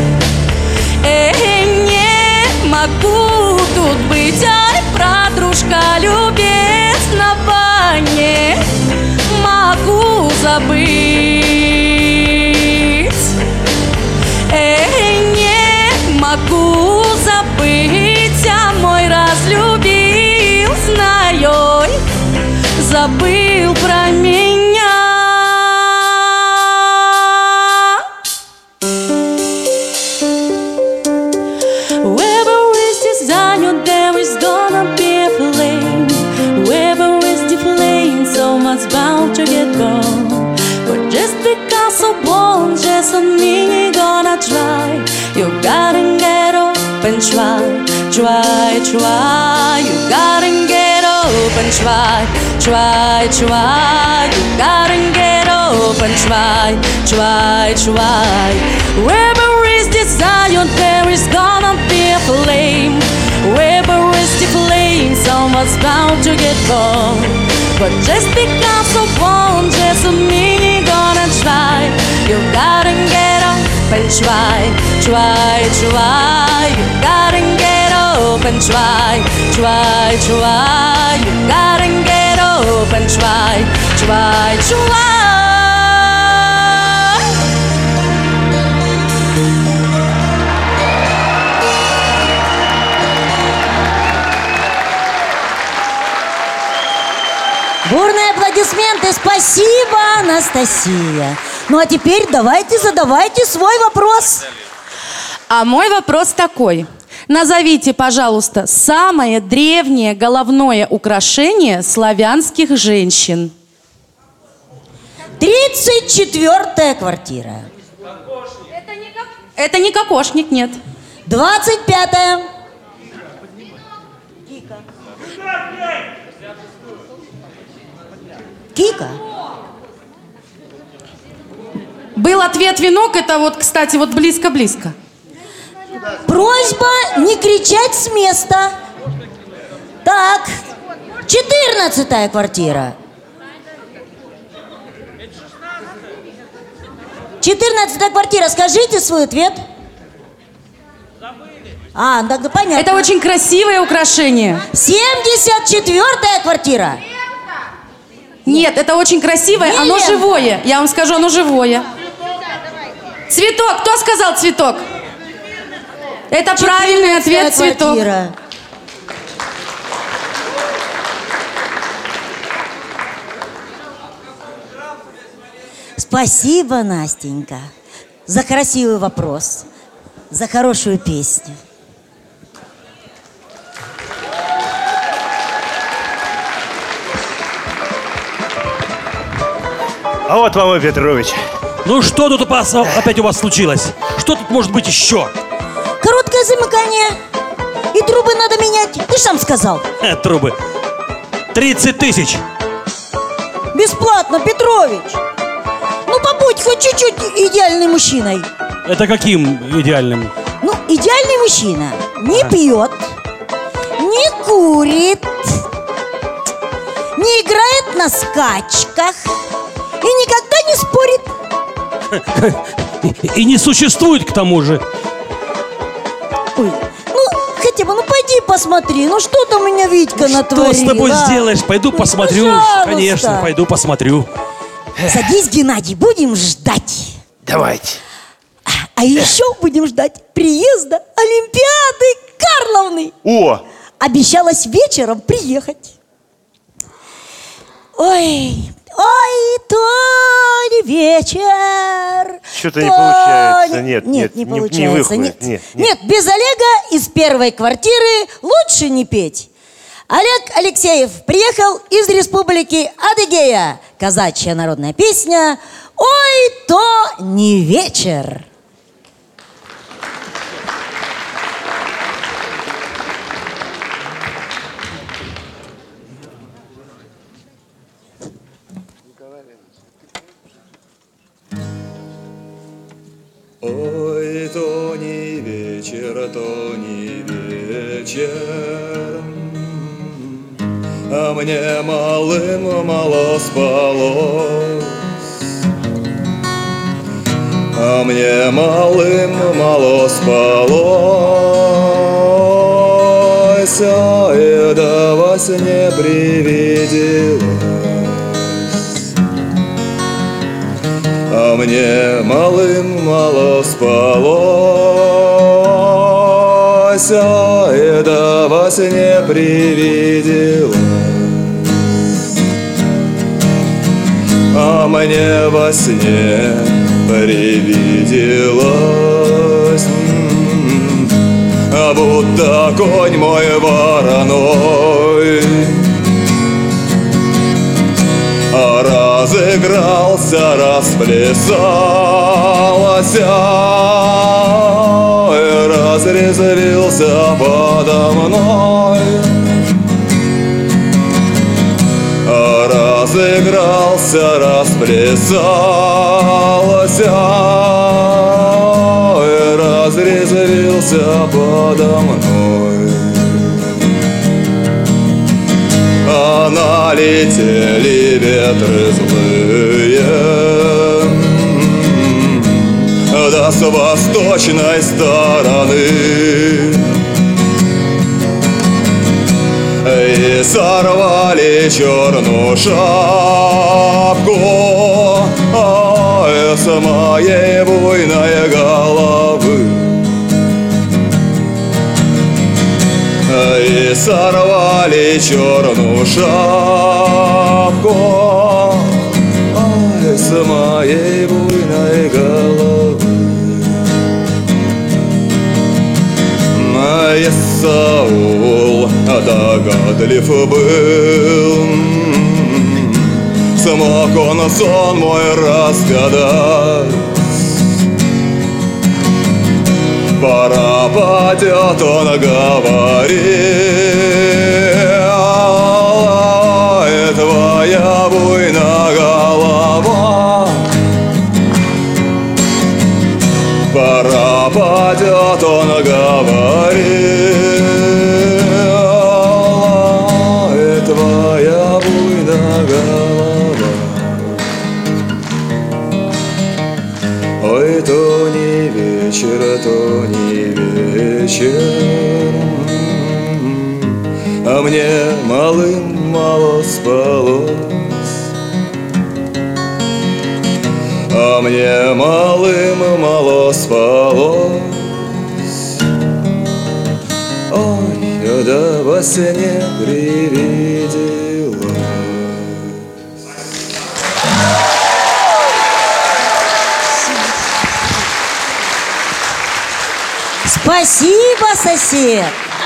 Не могу тут быть, ай, подружка любезного, не могу забыть. Не могу забыть, а мой разлюбил, знаю, забыл про меня. Wherever is desire, there is gonna be a flame. Wherever is the flame, someone's bound to get burned. But just because of one, just on me gonna try. You gotta get up and try, try, try. You gotta get up and try, try, try. You gotta get up and try, try, try. Wherever is desire, there is gonna be a flame. Wherever is the flame, someone's bound to get burned. But just because I won't doesn't mean you're gonna try. You gotta get up and try, try, try. You gotta get up and try, try, try. You gotta get up and try, try, try. Бурные аплодисменты. Спасибо, Анастасия. Ну а теперь давайте задавайте свой вопрос. А мой вопрос такой. Назовите, пожалуйста, самое древнее головное украшение славянских женщин. 34-я квартира. Это не кокошник, нет. 25-я. Кика. Был ответ венок, это вот, кстати, вот близко-близко. Просьба не кричать с места. Так, 14-я квартира. 14-я квартира, скажите свой ответ. А, тогда понятно. Это очень красивое украшение. 74-я квартира. Нет, это очень красивое, Не оно лента. живое. Я вам скажу, оно живое. Цветок, кто сказал цветок? Это правильный ответ, цветок. Квартира. Спасибо, Настенька, за красивый вопрос, за хорошую песню. А вот вам и Петрович. Ну что тут опять у вас случилось? Что тут может быть еще? Короткое замыкание. И трубы надо менять. Ты сам сказал. Трубы. 30 тысяч. Бесплатно, Петрович. Ну, побудь хоть чуть-чуть идеальным мужчиной. Это каким идеальным? Ну, идеальный мужчина не пьет, не курит, не играет на скачках и никогда не спорит. И не существует к тому же. Ой, ну, хотя бы, ну пойди посмотри, ну что там у меня Витька натворил. Что с тобой сделаешь? Пойду Ну, посмотрю. пожалуйста. Конечно, пойду посмотрю. Садись, Геннадий, будем ждать. Давайте. А еще будем ждать приезда Олимпиады Карловны. О! Обещалась вечером приехать. Ой, ой, то не вечер. Что-то не получается. Нет, не получается. Не выходит. Нет, без Олега из первой квартиры лучше не петь. Олег Алексеев приехал из республики Адыгея. Казачья народная песня «Ой, то не вечер». Ой, то не вечер, то не вечер, а мне малым мало спалось, а мне малым мало спалось, а это во сне привиделось. А мне малым мало спалось, а это во сне привиделось. А мне во сне привиделось, будто конь мой вороной разыгрался, расплясался и разрезвился подо мной. Разыгрался, расплясался и разрезвился подо мной. А налетели ветры злые, да с восточной стороны, и сорвали черную шапку с моей буйной головы. И сорвали черную шапку с моей буйной головы. Исаул догадлив был, смог он сон мой разгадать. Пропадет он, говорил, твоя буйная голова. Пропадет он, говорил, твоя буйная голова. Ой, то не вечер, то не вечер, а мне малым мало спалось, а мне малым мало спалось. Ой, да во сне привиделось. Спасибо, сосед.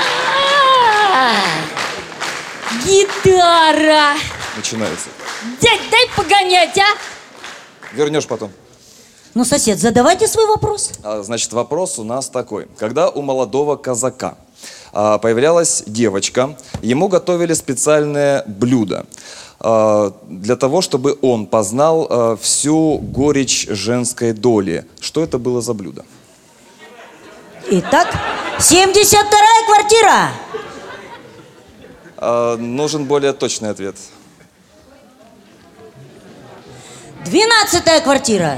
Гитара. Начинается. Дядь, дай погонять, а? Вернешь потом. Ну, сосед, задавайте свой вопрос. Значит, вопрос у нас такой. Когда у молодого казака появлялась девочка, ему готовили специальное блюдо для того, чтобы он познал всю горечь женской доли. Что это было за блюдо? Итак, 72-я квартира. Нужен более точный ответ. 12-я квартира.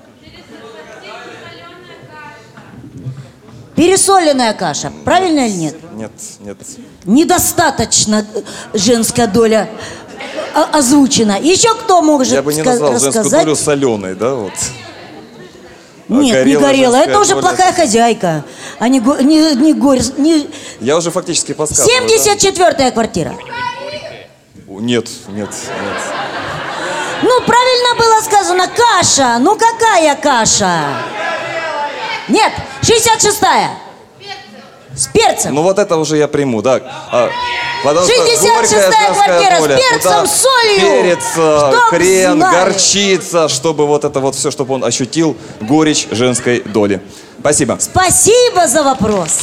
Пересоленная каша. Правильно или нет? Нет, нет. Недостаточно женская доля озвучена. Еще кто может Я бы не назвал женскую долю соленой, да, вот. Нет, не горела. Это уже доля. плохая хозяйка. А не Я уже фактически подсказывал. 74-я квартира. Нет, нет, нет. Ну, правильно было сказано, каша. Ну, какая каша? Нет, 66-я. С перцем. Ну, вот это уже я приму, да. 66-я квартира с перцем, с солью. Перец, Чтоб хрен, знали. горчица, чтобы вот это вот все, чтобы он ощутил горечь женской доли. Спасибо. Спасибо за вопрос.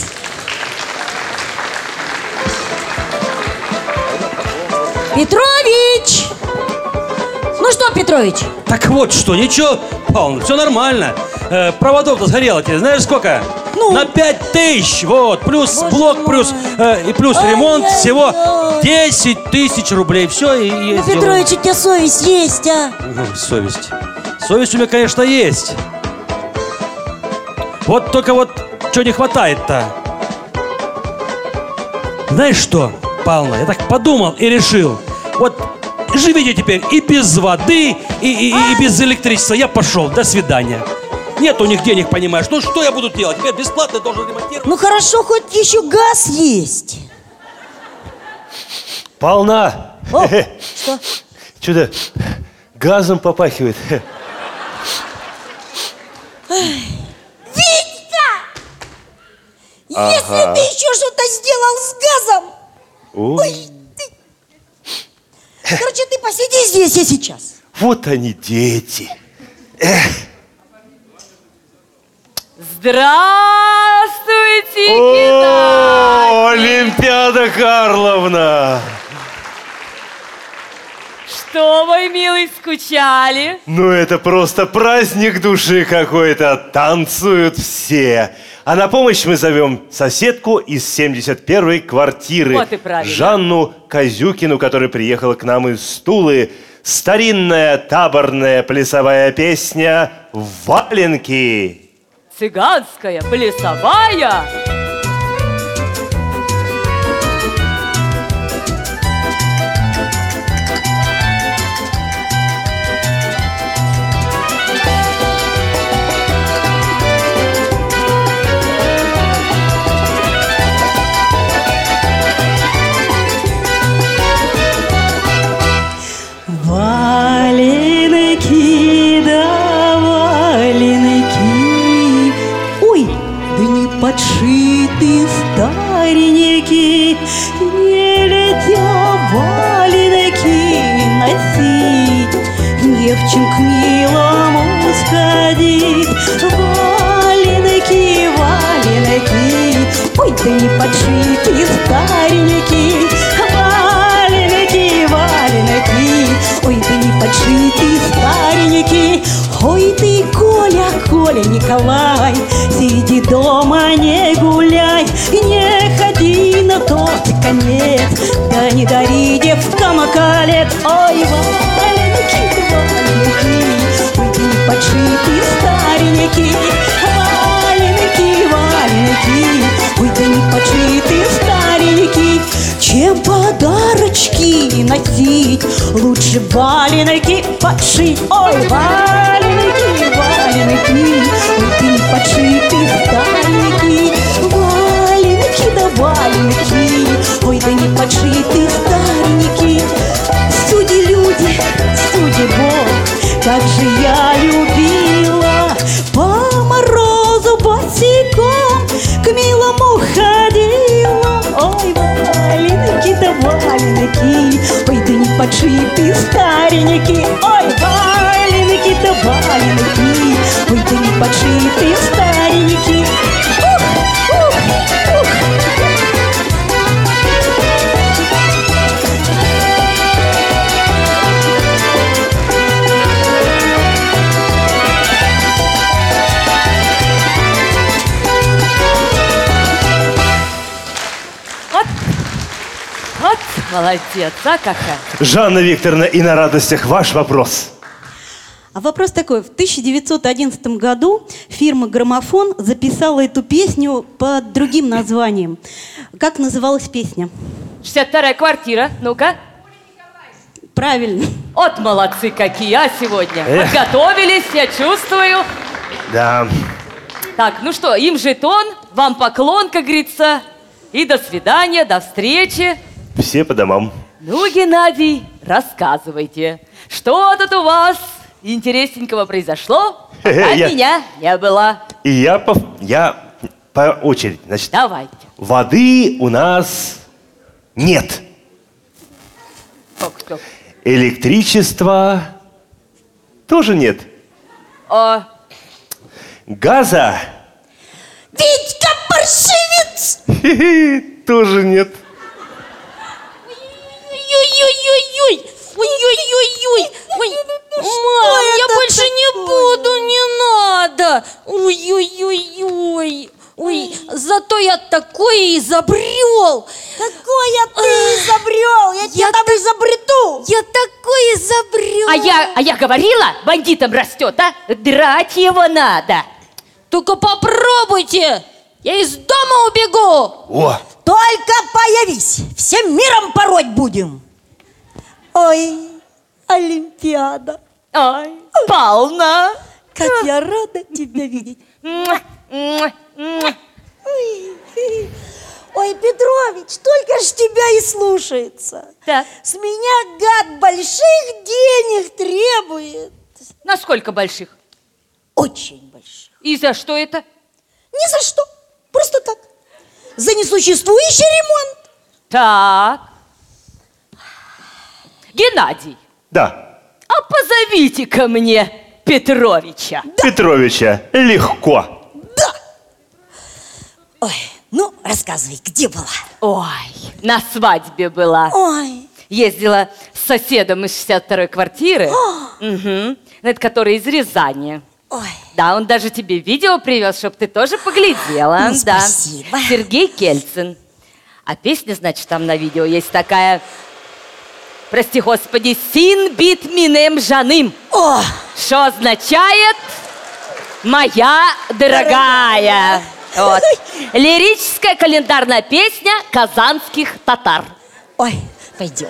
Петрович! Ну что, Петрович? Так вот что, ничего, Павловна, все нормально. Проводов-то сгорело тебе, знаешь сколько? Ну? На 5000, вот, плюс блок, плюс ремонт, всего 10 тысяч рублей. Все, и Ну, есть Петрович, у тебя совесть есть, а? Совесть. Совесть у меня, конечно, есть. Вот только вот, что не хватает-то? Знаешь что, Павловна, я так подумал и решил. Вот живите теперь и без воды, и без электричества. Я пошел, до свидания. Нет у них денег, понимаешь. Ну что я буду делать? Теперь бесплатно должен ремонтировать. Ну хорошо, хоть еще газ есть. Полна. О, что? Что-то газом попахивает. Витька! Ага. Если ты еще что-то сделал с газом, Ой. короче, ты посиди здесь и сейчас. Вот они, дети. Здравствуйте, О, Олимпиада Карловна! Что, мой милый, скучали? Ну это просто праздник души какой-то. Танцуют все. А на помощь мы зовем соседку из 71-й квартиры. Вот и правильно. Жанну Козюкину, которая приехала к нам из Тулы. Старинная таборная плясовая песня «Валенки». Цыганская, плясовая. Валенки, да валенки, ой, да не подшиты старенькие, не летя валенки носить, девчин к милому сходить. Валенки, валенки, ой, да не подшиты старенькие, валенки, валенки, ой, да не подшиты старенькие. Ой, ты, Коля, Коля, Николай, сиди дома, не гуляй, не ходи на тот конец, да не дари девкам колец. Ой, валенки, валенки, ой, да не подшиты старенькие, валенки, валенки, ой, да не подшиты старенькие. Чем подарочки носить, лучше валенки подшить. Ой, валенки, валенки, ой, ты не подшиты старенькие, валенки, да валенки, ой, да не подшиты старенькие. Судьи люди, судьи Бог, как же я любила по морозу босиком к милому ходила. Ой, валенки, да валенки, ой, да не подшиты старенькие. Ой, валенки, да валенки, ой, да не подшиты старенькие. Ух, ух, ух. Вот молодец, а какая? Жанна Викторовна, и на радостях ваш вопрос. А вопрос такой. В 1911 году фирма «Граммофон» записала эту песню под другим названием. Как называлась песня? 62-я квартира, ну-ка. Правильно. Вот молодцы какие, а сегодня. Эх. Подготовились, я чувствую. Да. Так, ну что, им жетон, вам поклон, как говорится. И до свидания, до встречи. Все по домам. Ну, Геннадий, рассказывайте, что тут у вас интересненького произошло, пока меня не было. И я по очереди. Значит, Давайте. воды у нас нет. Стоп. Электричества тоже нет. А... Газа Витька паршивец! тоже нет. Ой-ой-ой-ой-ой! Ой-ой-ой-ой! Ой, мам, я больше не буду, не надо! Ой-ой-ой-ой! Ой, зато я такое изобрел! Какое ты изобрел? Я тебя там изобрету! Я такое изобрел! А я говорила, бандитам растет, а? Драть его надо! Только попробуйте! Я из дома убегу! О! Только появись, всем миром пороть будем! Ой, Олимпиада! Ой, Павловна! Как я рада тебя видеть! Ой, Петрович, только ж тебя и слушается. Так. С меня, гад, больших денег требует. Насколько больших? Очень больших. И за что это? Ни за что. Просто так. За несуществующий ремонт. Так. Геннадий. Да. А позовите ко мне Петровича. Петровича. Легко. Ой, ну, рассказывай, где была? Ой, на свадьбе была. Ой. Ездила с соседом из 62-й квартиры. Угу. Это который из Рязани. Ой. Да, он даже тебе видео привез, чтобы ты тоже поглядела. Ну, да. спасибо. Сергей Кельцин. А песня, значит, там на видео есть такая... Прости, господи, «Син бит минем жаным». О! Что означает «Моя дорогая». Вот. Лирическая календарная песня казанских татар. Ой, пойдем.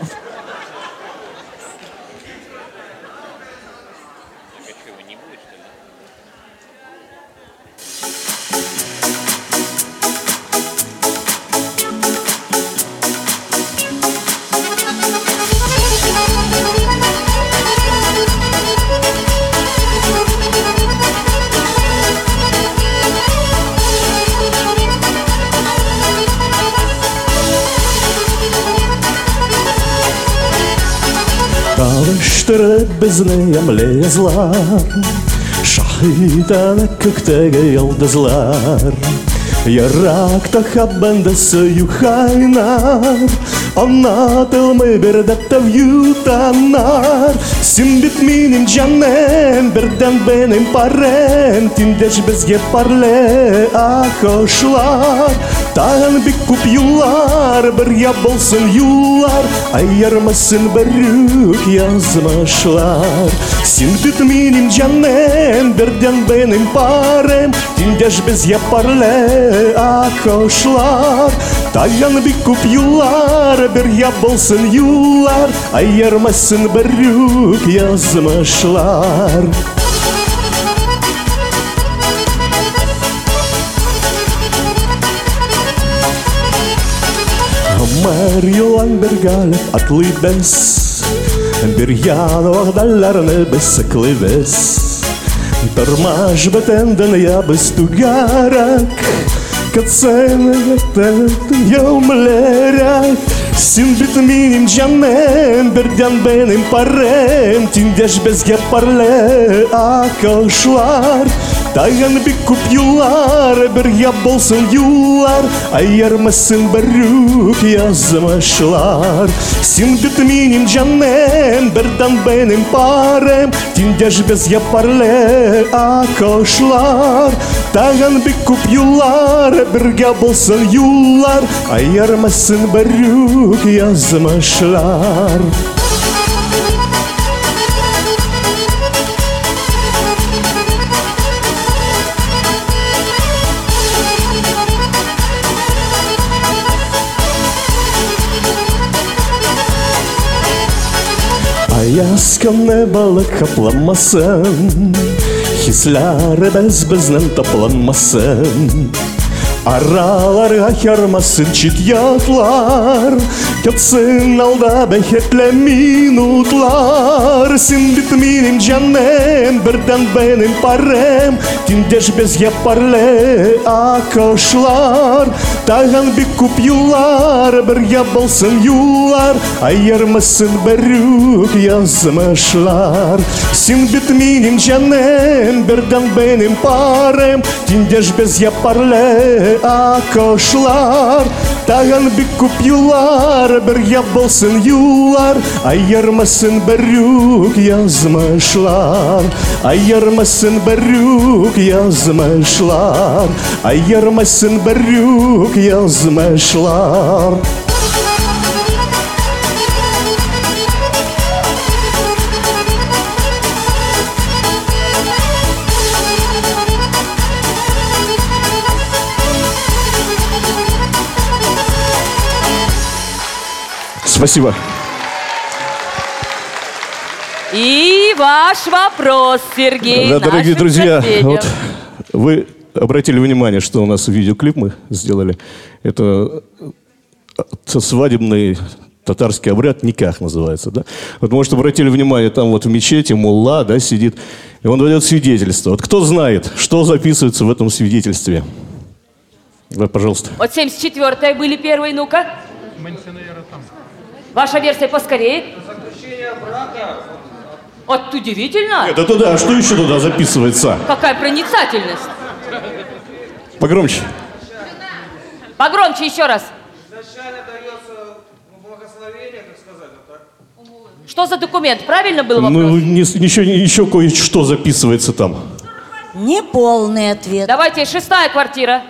Kavuşturup bizleyem lezlar Şahitana köktege yıldızlar Yarakta habanda suyuhaynar Anlatılmı bir dette yutanlar Sin bit minim cannem birden benim parem Tindeş bizge parle ahoşlar Tağın bir kup yıllar bir ya bolsun yıllar Ayırmasın berük yazmışlar Sin bit minim cannem birden benim parem Tindeş bizge parle ahoşlar Tağın bir kup yıllar bir ya bolsun yıllar Ayırmasın berük yazmışlar Maryolan bir galip atlı bez Bir yanı dallarını besikli bez Tırmaş betenden ya bez tugarak Katsayla yomlerak Sin bit minim cannem birden benim parem Tindeş bezge parle ahoşlar Tağın bir kup yıllar bir ya bolsun yıllar Ayırmasın berük yazmışlar Sin bit minim cannem birden benim parem Tindeş bezge parle ahoşlar Tağın bir kup yıllar bir ya bolsun yıllar Ayırmasın berük yazmışlar Ayazkan ne balık kaplamasın Hisleri bez bizden toplanmasın Aralarga yarmasın çityatlar Katsın alda behetle minutlar Sin bit minim cannem birden benim parem Tindeş bezge parle ahoşlar Tağın bir kup yıllar bir ya bolsun yıllar Ayırmasın berük yazmışlar Sin bit minim cannem birden benim parem Tindeş bezge parle ahoşlar Tağın bir kup yıllar bir ya bolsun yıllar Ayırmasın berük yazmışlar Ayırmasın berük yazmışlar Ayırmasın berük yazmışlar Спасибо. И ваш вопрос, Сергей. Да, дорогие нашим друзья, соседям. вот вы обратили внимание, что у нас видеоклип мы сделали. Это свадебный татарский обряд, никах называется, да? Вот, может, обратили внимание, там вот в мечети мулла, да, сидит, и он дает свидетельство. Вот кто знает, что записывается в этом свидетельстве? Да, пожалуйста. Вот 74-е были первые, ну-ка. Ваша версия поскорее. Заключение брака. Вот удивительно. Это туда, а что еще туда записывается? Какая проницательность. Погромче. Погромче еще раз. Изначально дается благословение, так сказать, так? Что за документ? Правильно был вопрос? Ну, еще кое-что записывается там. Неполный ответ. Давайте, 6-я квартира.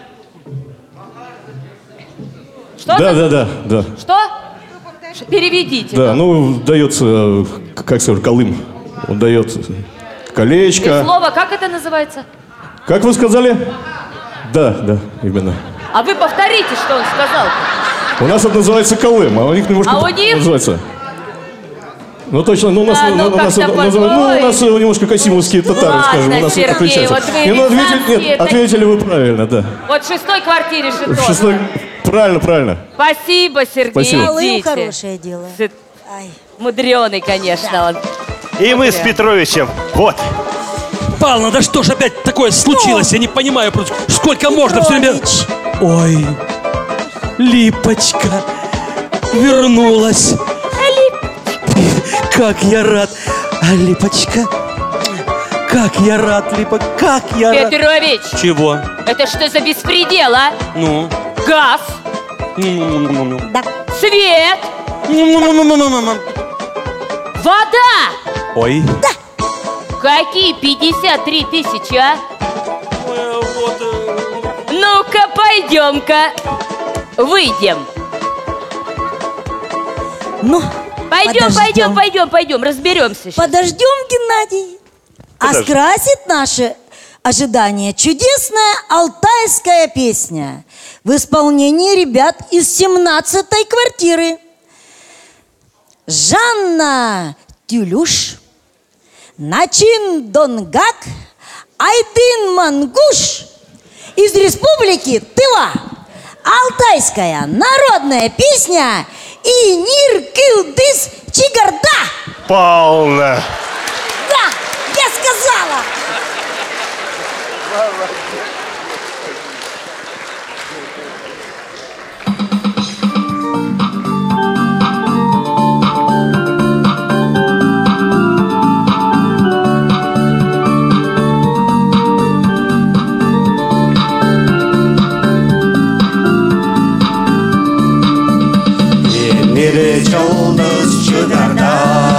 Что? Да. Что? Переведите. Да, ну, дается, как сказать, Колым. Он дает И колечко. слово, как это называется? Как вы сказали? Да, именно. А вы повторите, что он сказал. У нас это называется Колым, а у них немножко А у них? называется. Ну точно, ну у нас, Да, ну, у нас, как-то называют, ну, у нас немножко касимовские татары, Ладно, скажем, у нас Сергей, отличается. вот вы Не, ну, византии, нет, это- ответили вы правильно, да. Вот в 6-й квартире жетон. В шестой, правильно. Спасибо, Сергей. Спасибо. Колым Идите. хорошее дело. Мудреный, конечно, он. И мы с Петровичем. Вот. Павловна, да что ж опять такое случилось? Я не понимаю, просто сколько можно все время... Ой, Липочка вернулась. Как я рад. Липочка, как я рад, Липа, как я рад. Петрович, Чего? это что за беспредел, а? Ну? Газ, Да. свет, вода. Ой. Какие 53 тысячи, а? Ну-ка, пойдем-ка. Выйдем. Ну, Пойдем, разберемся сейчас. Подождем, Геннадий. Подожди. Скрасит наши ожидания чудесная алтайская песня в исполнении ребят из 17-й квартиры. Жанна Тюлюш, Начин Донгак, Айдын Мангуш из республики Тыва. Алтайская народная песня и Нир Кылдыс Чигарда. Полно. Да, я сказала. Nere yolunuz çıkarda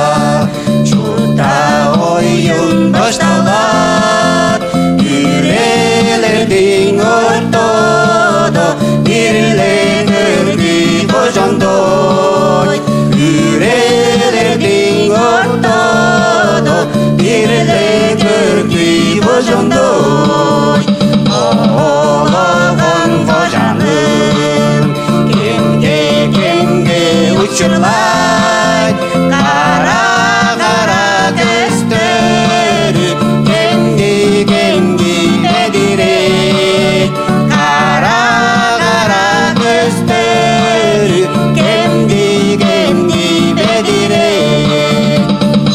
Çutta oyun baştalar Yüreğlerin ortada Birileri kocandoy Yüreğlerin ortada Birileri kocandoy Ağlayan kocanım Kemge uçurlar Kara gözleri Kendi edirek Kara gözleri Kendi edirek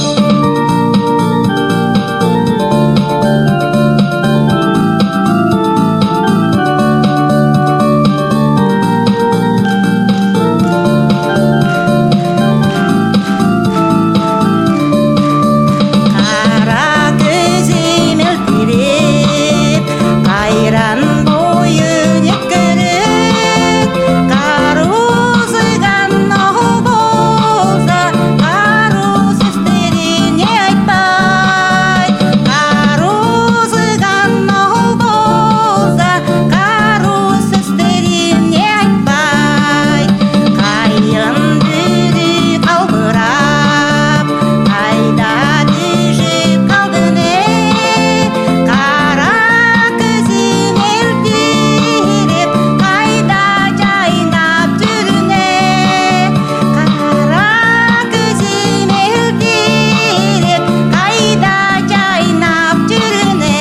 Kara gözüm eltirip Kayran boyun yıkırıp Karuzıgan boza Karuz isterini aytpay Karuzıgan boza Karuz isterini aytpay Kayın biri kaldırap Kayda düşüp kaldı ne Kara gözüm eltirip Kayda caynap türüne Kara gözüm eltirip Kayda caynap türüne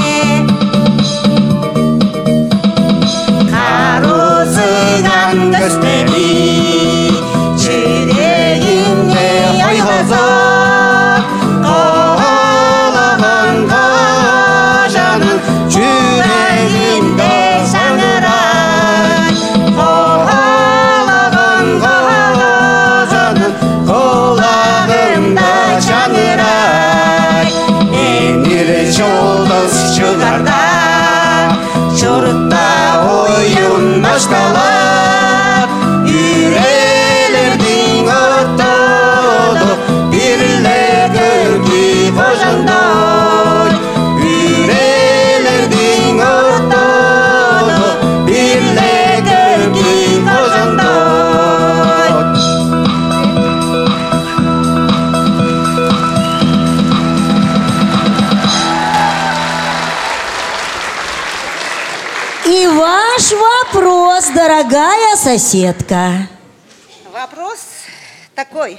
Karuzıgan gösteri Çireğinde oyhozak Ağlayan kocanın Yüreğinde şanıray Ağlayan kocanın Kulağında çanıray Enir yoldaş çıkarda Çorutta oyun baştalar дорогая соседка. Вопрос такой.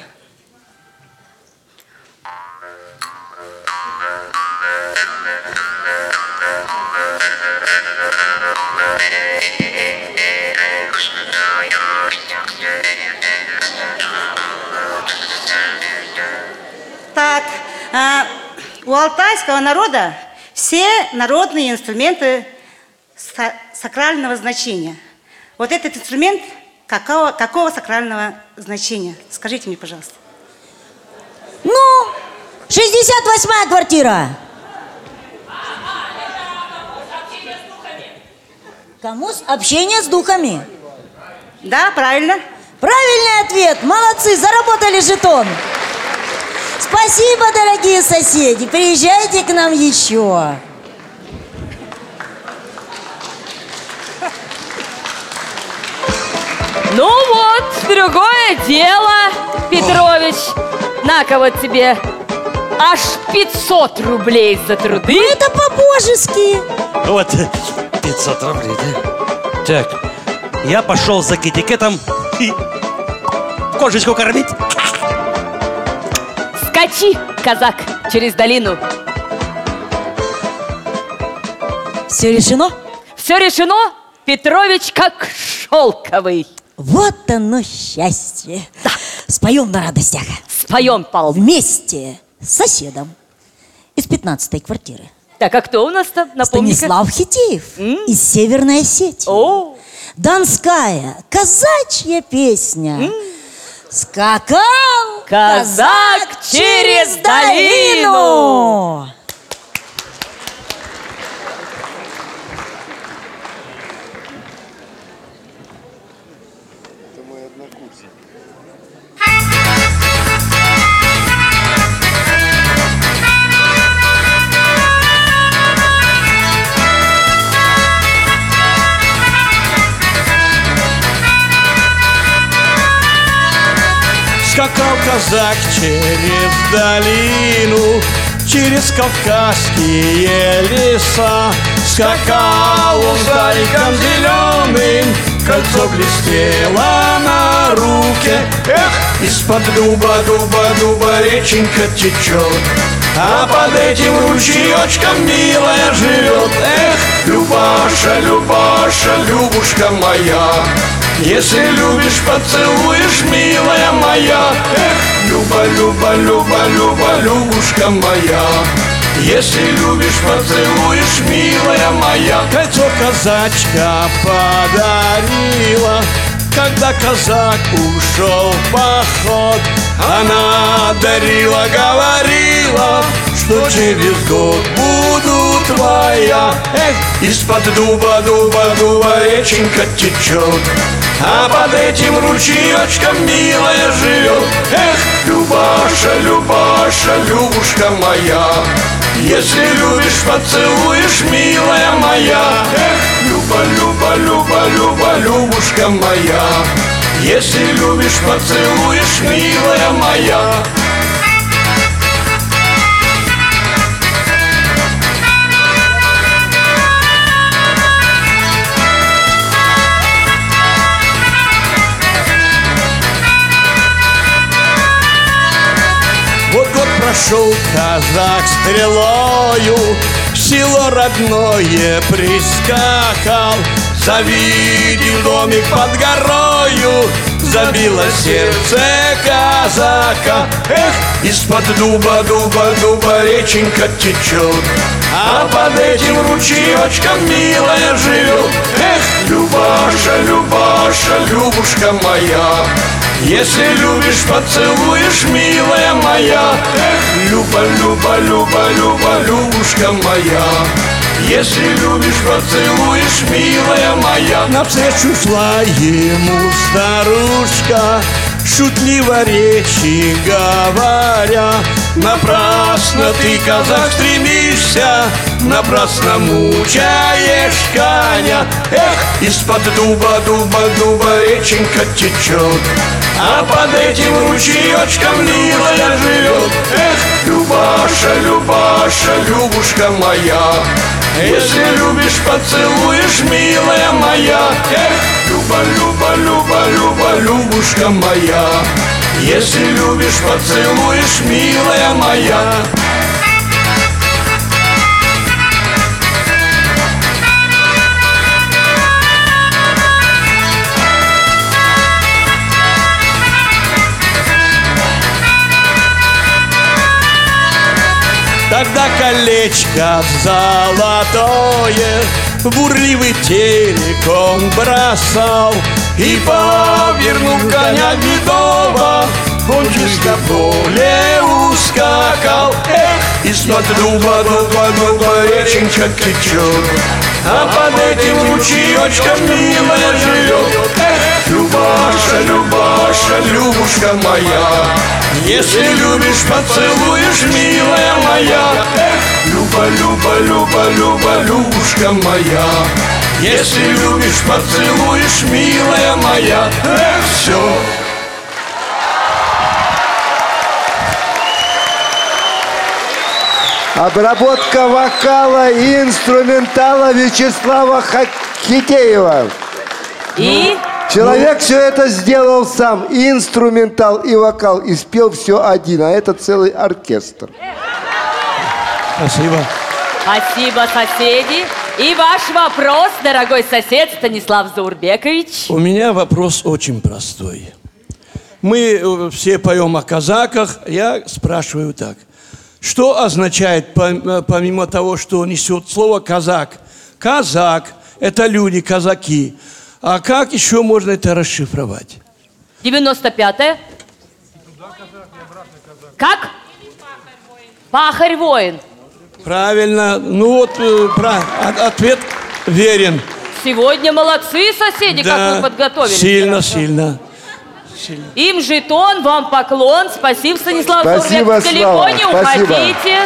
Так, у алтайского народа все народные инструменты сакрального значения. Вот этот инструмент какого сакрального значения? Скажите мне, пожалуйста. Ну, 68-я квартира. Кому общение с духами? Да, правильно. Правильный ответ. Молодцы, заработали жетон. Спасибо, дорогие соседи. Приезжайте к нам еще. Ну вот, другое дело, Петрович. На-ка вот тебе аж 500 рублей за труды. Ну это по-божески. Вот 500 рублей, да? Так, я пошел за китикетом и кошечку кормить. Скачи, казак, через долину. Все решено? Все решено, Петрович как шелковый. Вот оно счастье. Да. Споем на радостях. Споем, Павел. Вместе с соседом из 15-й квартиры. Так, а кто у нас там? Напомни-ка. Станислав Хитеев из Северной Осетии. О. Донская казачья песня. Скакал казак через долину. Это мой однокурсник. Скакал казак через долину, через кавказские леса. Скакал он зайком зеленым, кольцо блестело на руке. Эх, из-под дуба реченька течет, а под этим ручеечком милая живет. Эх, Любаша, Любаша, Любушка моя, если любишь, поцелуешь, милая моя. Эх, Люба, Люба, Люба, Люба, Любушка моя, если любишь, поцелуешь, милая моя. Кольцо казачка подарила, когда казак ушел в поход. Она дарила, говорила, что через год буду твоя. Эх, из-под дуба реченька течет, а под этим ручеечком милая живет. Эх, Любаша, Любаша, Любушка моя, если любишь, поцелуешь, милая моя. Эх, Люба, Люба, Люба, Люба, Любушка моя, если любишь, поцелуешь, милая моя. Вот год прошел, казак стрелою в село родное прискакал. Завидел домик под горою, забило сердце казака. Эх, из-под дуба реченька течет, а под этим ручеечком милая живет. Эх, Любаша, Любаша, Любушка моя, если любишь, поцелуешь, милая моя. Эх, Люба, Люба, Люба, Люба, Любушка моя, если любишь, поцелуешь, милая моя. Навстречу шла ему старушка, шутливо речи говоря: напрасно ты, казак, стремишься напрасно мучаешь коня. Эх, из-под дуба реченька течет, а под этим ручеечком милая живет. Эх, Любаша, Любаша, Любушка моя, если любишь, поцелуешь, милая моя. Эх, Люба, Люба, Люба, Люба, Любушка моя, если любишь, поцелуешь, милая моя. Тогда колечко золотое бурливый терек он бросал, и, повернув коня гнедого, он чисто в поле ускакал. Эх, из-под дуба реченька течет, а под этим ручеечком милая живет. Эх, Любаша, Любаша, Любушка моя, если любишь, поцелуешь, милая моя. Эх, Люба, Люба, Люба, Люба, Любушка моя, если любишь, поцелуешь, милая моя. Эх, все. Обработка вокала и инструментала Вячеслава Хитеева. И? Человек все это сделал сам. И инструментал, и вокал. И спел все один. А это целый оркестр. Спасибо. Спасибо, соседи. И ваш вопрос, дорогой сосед Станислав Заурбекович. У меня вопрос очень простой. Мы все поем о казаках. Я спрашиваю так. Что означает, помимо того, что несет слово «казак»? Казак – это люди, казаки. А как еще можно это расшифровать? 95-е. Как? Пахарь-воин. Правильно. Ну вот, ответ верен. Сегодня молодцы, соседи, Да, как вы подготовились. сильно, сильно. Им жетон, вам поклон. Спасибо, Станислав Спасибо, Заурбекович. Далеко Слава, не спасибо. уходите.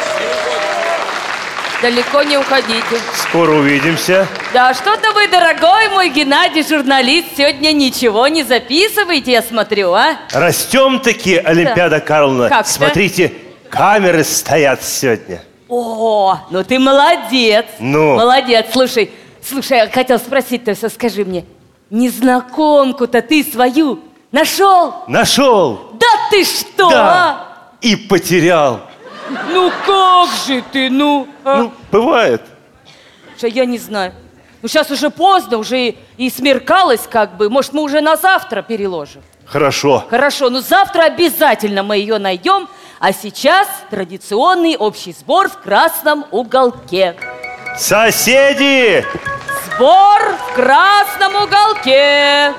Далеко не уходите. Скоро увидимся. Да что-то вы, дорогой мой Геннадий, журналист, сегодня ничего не записываете, я смотрю, а? Растем-таки, Олимпиада Карловна. Как-то? Смотрите, камеры стоят сегодня. О, ну ты молодец. Ну? Молодец. Слушай, я хотел спросить-то все, скажи мне, незнакомку-то ты свою нашел? Нашел. Да ты что, Да. И потерял. Ну как же ты, ну? Ну, бывает. Слушай, я не знаю. Ну сейчас уже поздно, уже и смеркалось как бы. Может, мы уже на завтра переложим? Хорошо. Хорошо, ну завтра обязательно мы ее найдем. А сейчас традиционный общий сбор в красном уголке. Соседи! Сбор в красном уголке.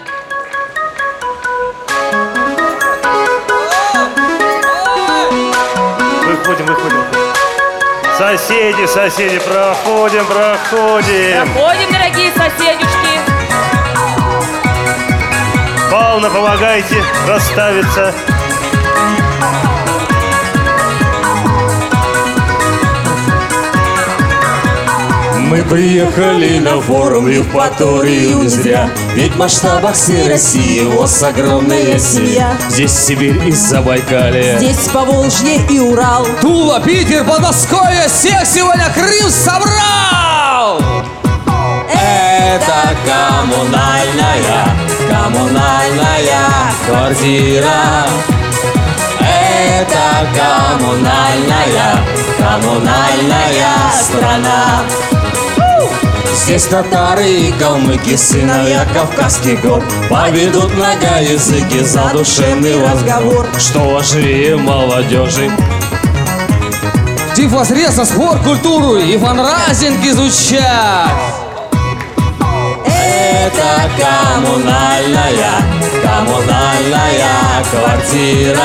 Выходим. Соседи, проходим. Проходим, дорогие соседюшки. Павловна, помогайте расставиться. Мы приехали на форум Евпаторию не зря, ведь в масштабах всей России у вас огромная семья. Здесь Сибирь и Забайкалье, Здесь Поволжье и Урал, Тула, Питер, Подмосковье, всех сегодня Крым собрал! Это коммунальная квартира. Это коммунальная страна. Здесь татары и калмыки, сыновья Кавказских гор, поведут многоязыки, задушевный разговор. Что важнее молодежи? Диффозрезно, спорт, культуру и фанрайзинг изучать. Это коммунальная квартира.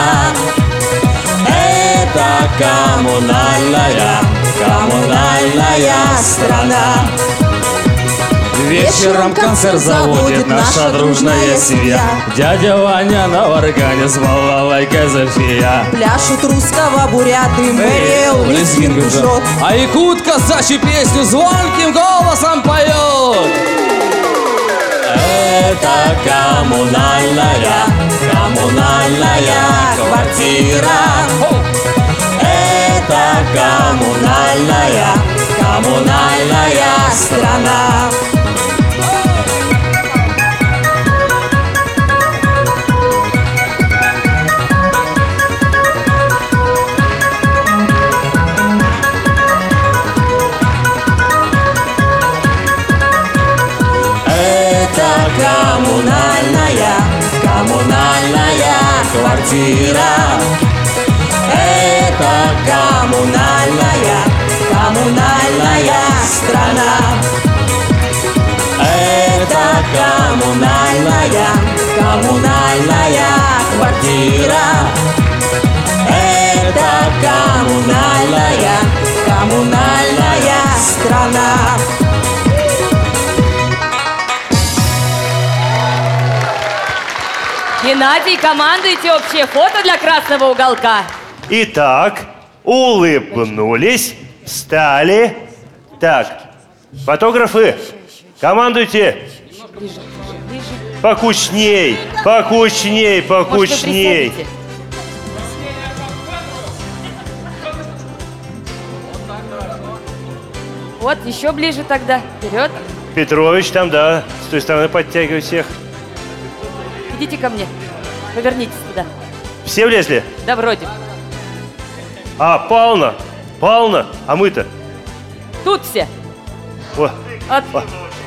Это коммунальная страна. Вечером концерт заводит наша дружная семья. Дядя Ваня на органе с балалайкой Зульфия. Пляшут русского буряты, Мэриэл лезгинку жжет. А якут казачью песню звонким голосом поет. Это коммунальная квартира. Это коммунальная страна. Это коммунальная квартира. Это коммунальная страна. Это коммунальная квартира. Это коммунальная страна. Геннадий, командуйте общее фото для красного уголка. Итак, улыбнулись, встали. Так, фотографы, командуйте. Покучней, покучней, покучней. Вот, еще ближе тогда. Вперед. Петрович там, да, с той стороны подтягивай всех. Идите ко мне. Повернитесь туда. Все влезли? Да, вроде. А, Павловна, а мы-то? Тут все. О. От... О.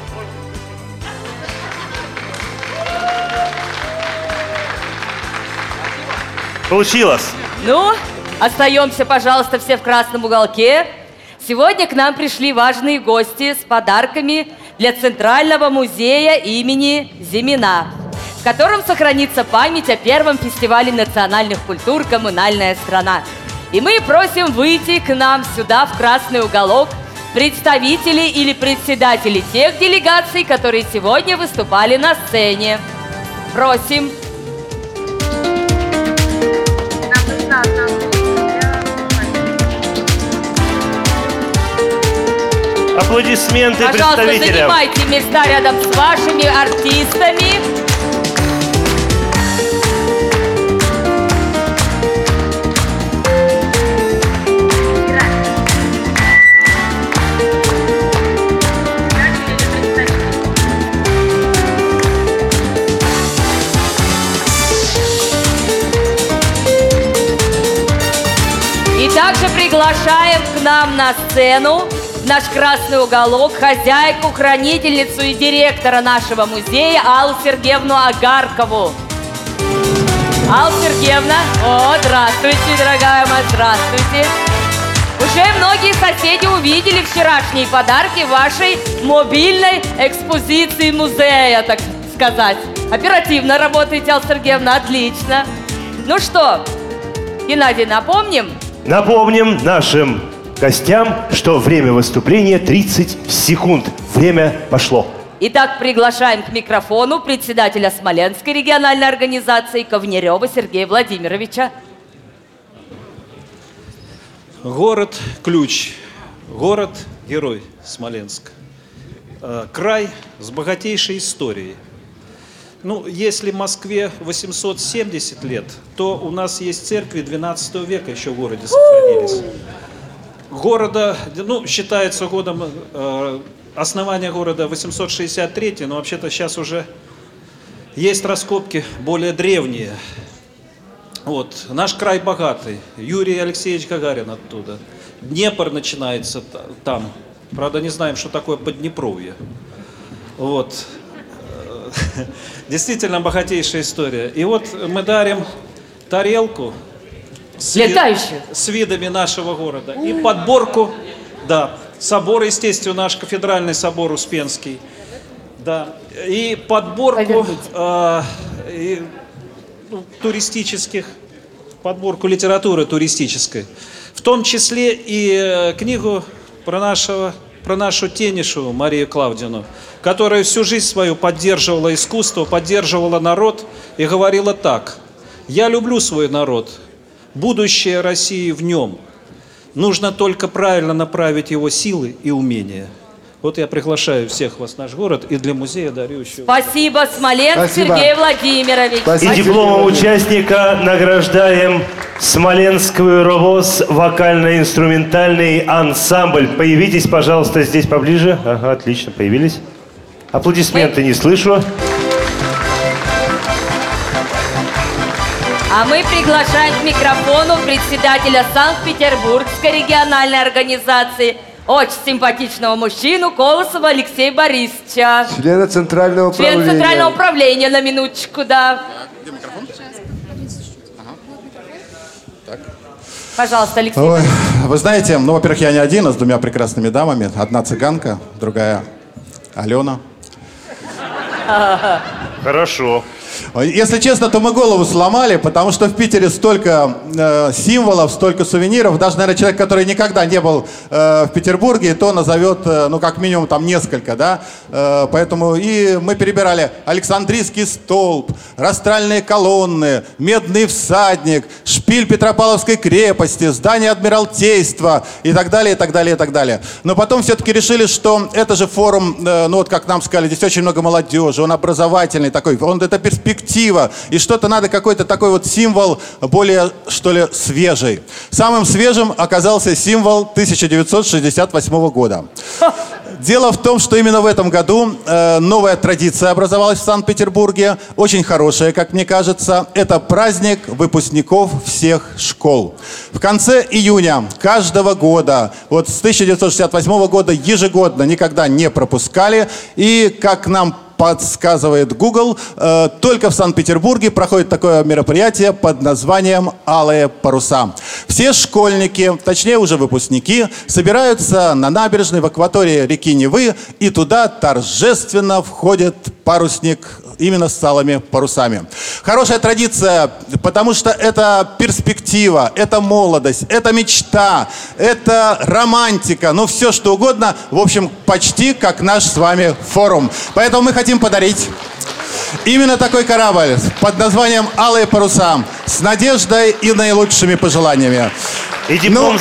Получилось. Ну, остаемся, пожалуйста, все в красном уголке. Сегодня к нам пришли важные гости с подарками для Центрального музея имени Зимина, в котором сохранится память о первом фестивале национальных культур «Коммунальная страна». И мы просим выйти к нам сюда, в красный уголок, представителей или председателей тех делегаций, которые сегодня выступали на сцене. Просим. Аплодисменты пожалуйста, представителям. занимайте места рядом с вашими артистами. И также приглашаем к нам на сцену, в наш красный уголок, хозяйку, хранительницу и директора нашего музея Аллу Сергеевну Агаркову. Алла Сергеевна, здравствуйте, дорогая моя, здравствуйте. Уже многие соседи увидели вчерашние подарки вашей мобильной экспозиции музея, так сказать. Оперативно работаете, Алла Сергеевна, отлично. Ну что, Геннадий, напомним? Напомним нашим гостям, что время выступления 30 секунд. Время пошло. Итак, приглашаем к микрофону председателя Смоленской региональной организации Ковнерева Сергея Владимировича. Город-ключ, город-герой Смоленск. Край с богатейшей историей. Ну, если Москве 870 лет, то у нас есть церкви 12 века еще в городе сохранились. Города, ну, считается годом основания города 863, но вообще-то сейчас уже есть раскопки более древние. Вот. Наш край богатый. Юрий Алексеевич Гагарин оттуда. Днепр начинается там. Правда, не знаем, что такое Поднепровье. Вот. Действительно богатейшая история. И вот мы дарим тарелку с видами нашего города. И подборку, да, собор, естественно, наш кафедральный собор Успенский. Да. И подборку туристических, подборку литературы туристической. В том числе и книгу про нашего про нашу Тенишеву Марию Клавдину, которая всю жизнь свою поддерживала искусство, поддерживала народ и говорила так: «Я люблю свой народ, будущее России в нем. Нужно только правильно направить его силы и умения». Вот я приглашаю всех вас в наш город и для музея дарю еще. Спасибо, Смоленск, Спасибо. Сергей Владимирович. И дипломом участника награждаем Смоленскую РОВОЗ вокально-инструментальный ансамбль. Появитесь, пожалуйста, здесь поближе. Ага, отлично, появились. Аплодисменты не слышу. А мы приглашаем к микрофону председателя Санкт-Петербургской региональной организации, очень симпатичного мужчину Колосова Алексея Борисовича. Члена Центрального управления. Член Центрального управления, на минуточку, да. Где микрофон? Пожалуйста, Алексей. Ой, вы знаете, ну, во-первых, я не один, а с двумя прекрасными дамами. Одна цыганка, другая Алена. Хорошо. Если честно, то мы голову сломали, потому что в Питере столько символов, столько сувениров. Даже, наверное, человек, который никогда не был в Петербурге, то назовет, ну, как минимум, там несколько, да. Поэтому и мы перебирали Александрийский столб, растральные колонны, Медный всадник, шпиль Петропавловской крепости, здание Адмиралтейства и так далее, и так далее, и так далее. Но потом все-таки решили, что это же форум, ну, вот как нам сказали, здесь очень много молодежи, он образовательный такой, он это перспектива, и что-то надо, какой-то такой вот символ более, что ли, свежий. Самым свежим оказался символ 1968 года. Дело в том, что именно в этом году новая традиция образовалась в Санкт-Петербурге, очень хорошая, как мне кажется. Это праздник выпускников всех школ. В конце июня каждого года, вот с 1968 года ежегодно, никогда не пропускали, и, как нам подсказывает Google, только в Санкт-Петербурге проходит такое мероприятие под названием «Алые паруса». Все школьники, точнее уже выпускники, собираются на набережной в акватории реки Невы, и туда торжественно входит парусник именно с алыми парусами. Хорошая традиция, потому что это перспектива, это молодость, это мечта, это романтика, ну все что угодно, в общем, почти как наш с вами форум. Поэтому мы хотим подарить именно такой корабль под названием «Алые паруса» с надеждой и наилучшими пожеланиями. И диплом...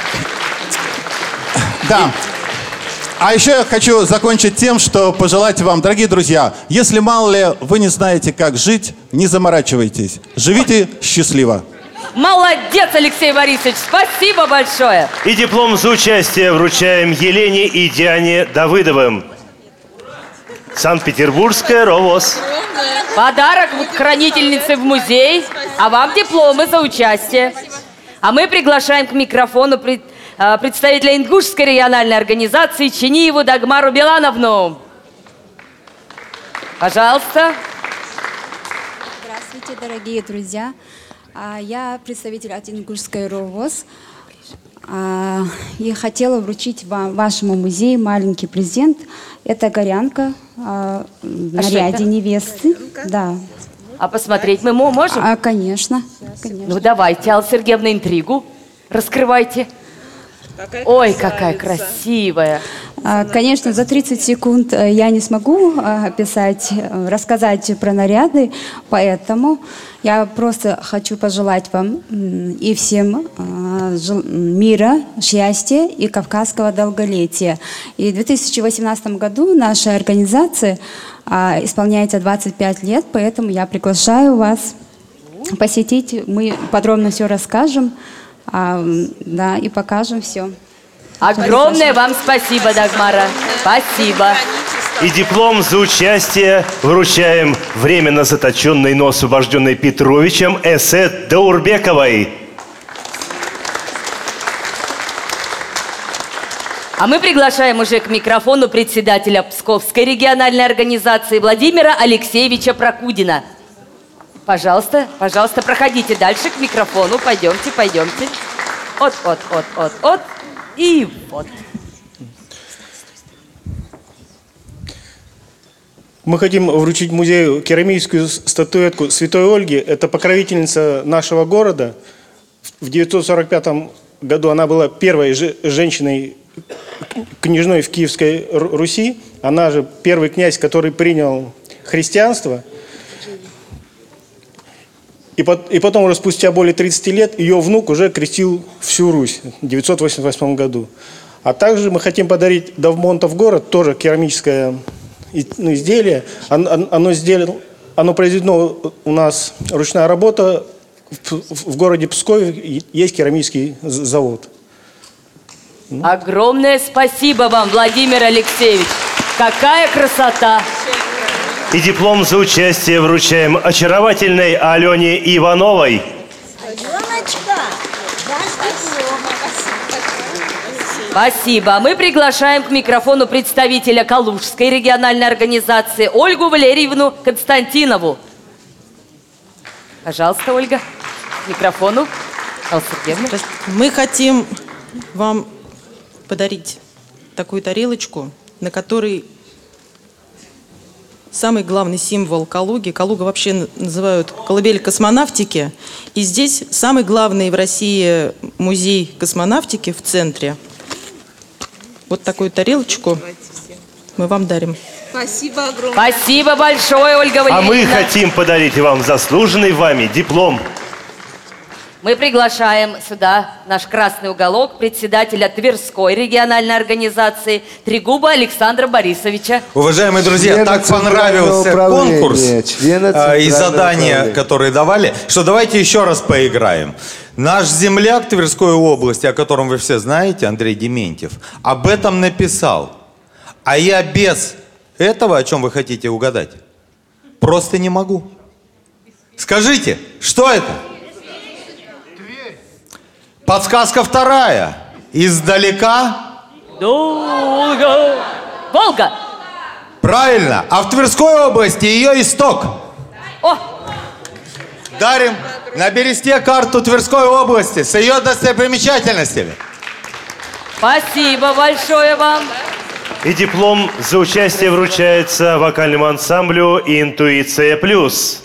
Да. А еще я хочу закончить тем, что пожелать вам, дорогие друзья, если мало ли вы не знаете, как жить, не заморачивайтесь. Живите счастливо. Молодец, Алексей Борисович, спасибо большое. И диплом за участие вручаем Елене и Диане Давыдовым. Санкт-Петербургская РОВОЗ. Подарок хранительнице в музей, а вам дипломы за участие. А мы приглашаем к микрофону представителя Ингушской региональной организации Чиниеву Дагмару Билановну. Пожалуйста. Здравствуйте, дорогие друзья. Я представитель от Ингушской РОВОЗ. И хотела вручить вашему музею маленький презент. Это горянка в наряде невесты. Да. А посмотреть мы можем? Конечно. Ну давайте, Алла Сергеевна, интригу раскрывайте. Ой, какая красивая. Конечно, за 30 секунд я не смогу описать, рассказать про наряды, поэтому я просто хочу пожелать вам и всем мира, счастья и кавказского долголетия. И в 2018 году наша организация исполняется 25 лет, поэтому я приглашаю вас посетить. Мы подробно все расскажем. Да, и покажем все. Огромное вам спасибо, Дагмара. Спасибо. И диплом за участие вручаем временно заточенной, но освобожденной Петровичем Эсет Даурбековой. А мы приглашаем уже к микрофону председателя Псковской региональной организации Владимира Алексеевича Прокудина. Пожалуйста, пожалуйста, проходите дальше к микрофону. Пойдемте, пойдемте. От. И вот. Мы хотим вручить музею керамическую статуэтку Святой Ольги. Это покровительница нашего города. В 1945 году она была первой женщиной княжной в Киевской Руси. Она же первый князь, который принял христианство. И потом уже спустя более 30 лет ее внук уже крестил всю Русь в 988 году. А также мы хотим подарить Довмонтов город, тоже керамическое изделие. Оно произведено у нас ручная работа. В городе Пскове есть керамический завод. Огромное спасибо вам, Владимир Алексеевич. Какая красота! И диплом за участие вручаем очаровательной Алене Ивановой. Аленочка, Спасибо. Мы приглашаем к микрофону представителя Калужской региональной организации Ольгу Валерьевну Константинову. Пожалуйста, Ольга, к микрофону. Алла Сергеевна. Мы хотим вам подарить такую тарелочку, на которой самый главный символ Калуги. Калуга вообще называют колыбель космонавтики. И здесь самый главный в России музей космонавтики в центре. Вот такую тарелочку мы вам дарим. Спасибо огромное. Спасибо большое, Ольга Валерьевна. А мы хотим подарить вам заслуженный вами диплом. Мы приглашаем сюда наш красный уголок председателя Тверской региональной организации Трегуба Александра Борисовича. Уважаемые друзья, так понравился конкурс и задания, которые давали, что давайте еще раз поиграем. Наш земляк Тверской области, о котором вы все знаете, Андрей Дементьев, об этом написал. А я без этого, о чем вы хотите угадать, просто не могу. Скажите, что это? Подсказка вторая. Издалека. Долго. Волга. Правильно. А в Тверской области ее исток. О. Дарим на бересте карту Тверской области с ее достопримечательностями. Спасибо большое вам. И диплом за участие вручается вокальному ансамблю «Интуиция плюс».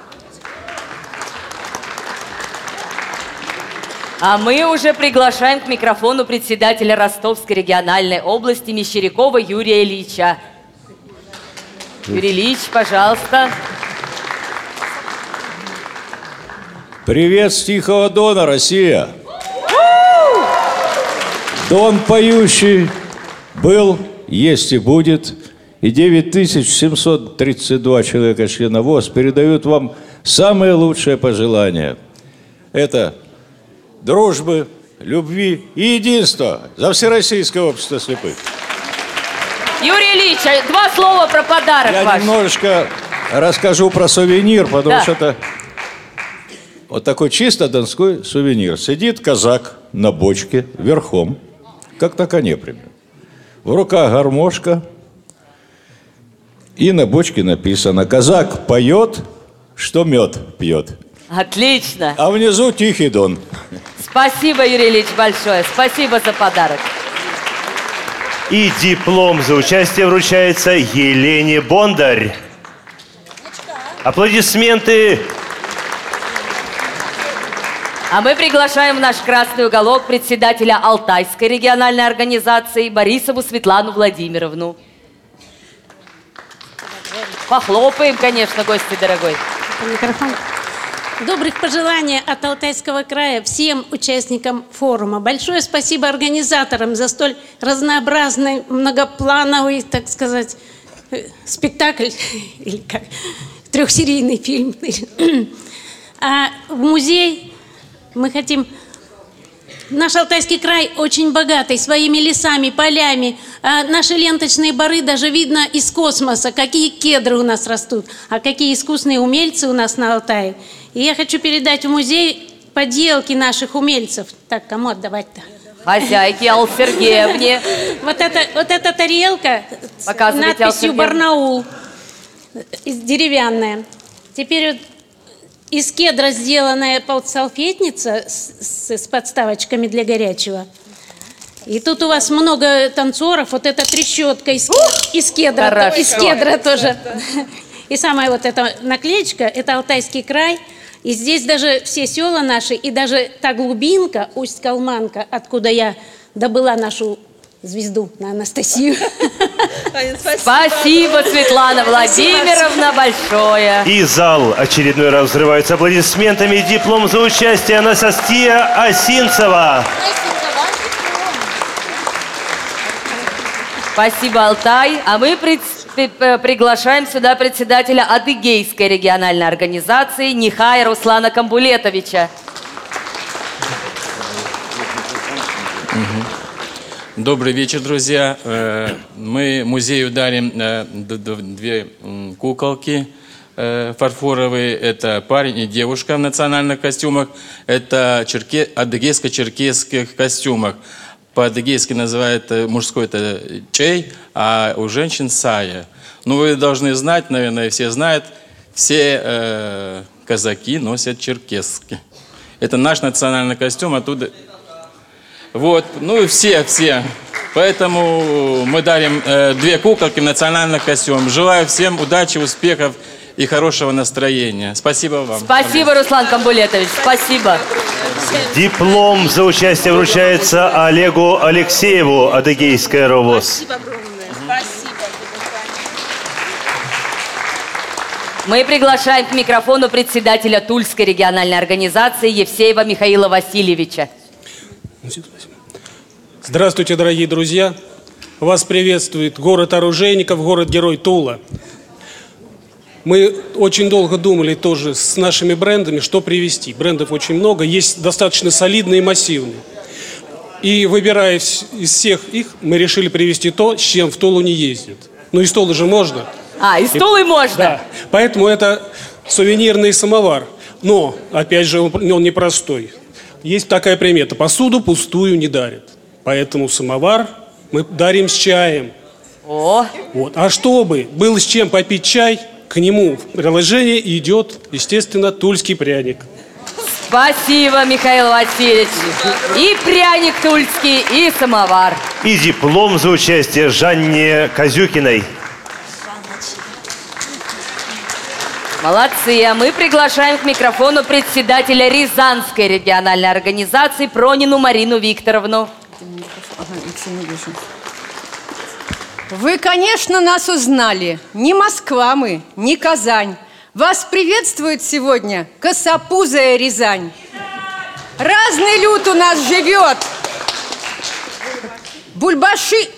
А мы уже приглашаем к микрофону председателя Ростовской региональной области Мещерякова Юрия Ильича. Юрий Ильич, пожалуйста. Привет с Тихого Дона, Россия! Дон поющий был, есть и будет. И 9732 человека члена ВОС передают вам самые лучшие пожелания. Это дружбы, любви и единства за Всероссийское общество слепых. Юрий Ильич, два слова про подарок Я ваш. немножечко расскажу про сувенир, потому что это вот такой чисто донской сувенир. Сидит казак на бочке верхом, как на коне примерно. В руках гармошка, и на бочке написано: казак поет, что мед пьет. Отлично. А внизу Тихий Дон. Спасибо, Юрий Ильич, большое. Спасибо за подарок. И диплом за участие вручается Елене Бондарь. Аплодисменты. А мы приглашаем в наш красный уголок председателя Алтайской региональной организации Борисову Светлану Владимировну. Похлопаем, конечно, гости дорогой. Микрофон. Добрых пожеланий от Алтайского края всем участникам форума. Большое спасибо организаторам за столь разнообразный, многоплановый, так сказать, спектакль, или как, трехсерийный фильм. А в музей мы хотим... Наш Алтайский край очень богатый своими лесами, полями. А наши ленточные бары даже видно из космоса, какие кедры у нас растут, а какие искусные умельцы у нас на Алтае. И я хочу передать в музей поделки наших умельцев. Так, кому отдавать-то? Хозяйке Алле Сергеевне. Вот эта тарелка с надписью «Барнаул», деревянная. Теперь вот из кедра сделанная салфетница с подставочками для горячего. И тут у вас много танцоров. Вот эта трещотка из кедра тоже. И самая вот эта наклеечка – это Алтайский край. И здесь даже все села наши, и даже та глубинка, Усть-Калманка, откуда я добыла нашу звезду, на Анастасию. Спасибо, Светлана Владимировна, большое. И зал очередной раз взрывается аплодисментами. Диплом за участие Анастасия Осинцева. Спасибо, Алтай. А мы приглашаем сюда председателя Адыгейской региональной организации Нихая Руслана Камбулетовича. Добрый вечер, друзья. Мы музею дарим две куколки фарфоровые. Это парень и девушка в национальных костюмах. Это адыгейско-черкесских костюмах. По-адыгейски называют мужской это чей, а у женщин сая. Ну, вы должны знать, наверное, все знают, все казаки носят черкесски. Это наш национальный костюм, оттуда... Вот, ну и все. Поэтому мы дарим две куколки в национальных костюмах. Желаю всем удачи, успехов и хорошего настроения. Спасибо вам. Спасибо, Руслан Камбулетович, спасибо. Диплом за участие вручается Олегу Алексееву, Адыгейская РОВОЗ. Спасибо огромное. Спасибо. Мы приглашаем к микрофону председателя Тульской региональной организации Евсеева Михаила Васильевича. Здравствуйте, дорогие друзья! Вас приветствует город-оружейников, город-герой Тула. Мы очень долго думали тоже с нашими брендами, что привезти. Брендов очень много, есть достаточно солидные и массивные. И выбирая из всех их, мы решили привезти то, с чем в Тулу не ездят. Ну, из Тулы же можно. Из Тулы можно? Да. Поэтому это сувенирный самовар. Но, опять же, он непростой. Есть такая примета. Посуду пустую не дарят. Поэтому самовар мы дарим с чаем. О! Вот. А чтобы был с чем попить чай, к нему в приложение идет, естественно, тульский пряник. Спасибо, Михаил Васильевич. И пряник тульский, и самовар. И диплом за участие Жанне Козюкиной. Молодцы. А мы приглашаем к микрофону председателя Рязанской региональной организации Пронину Марину Викторовну. Вы, конечно, нас узнали. Не Москва мы, не Казань. Вас приветствует сегодня косопузая Рязань. Разный люд у нас живет. Бульбаши...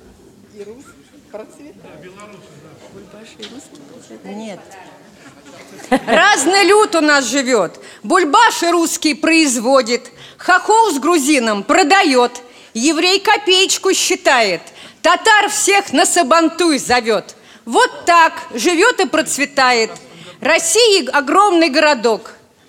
Нет. Разный люд у нас живет. Бульбаши русский производит, хохол с грузином продает, еврей копеечку считает, татар всех на сабантуй зовет. Вот так живет и процветает. Россия огромный городок.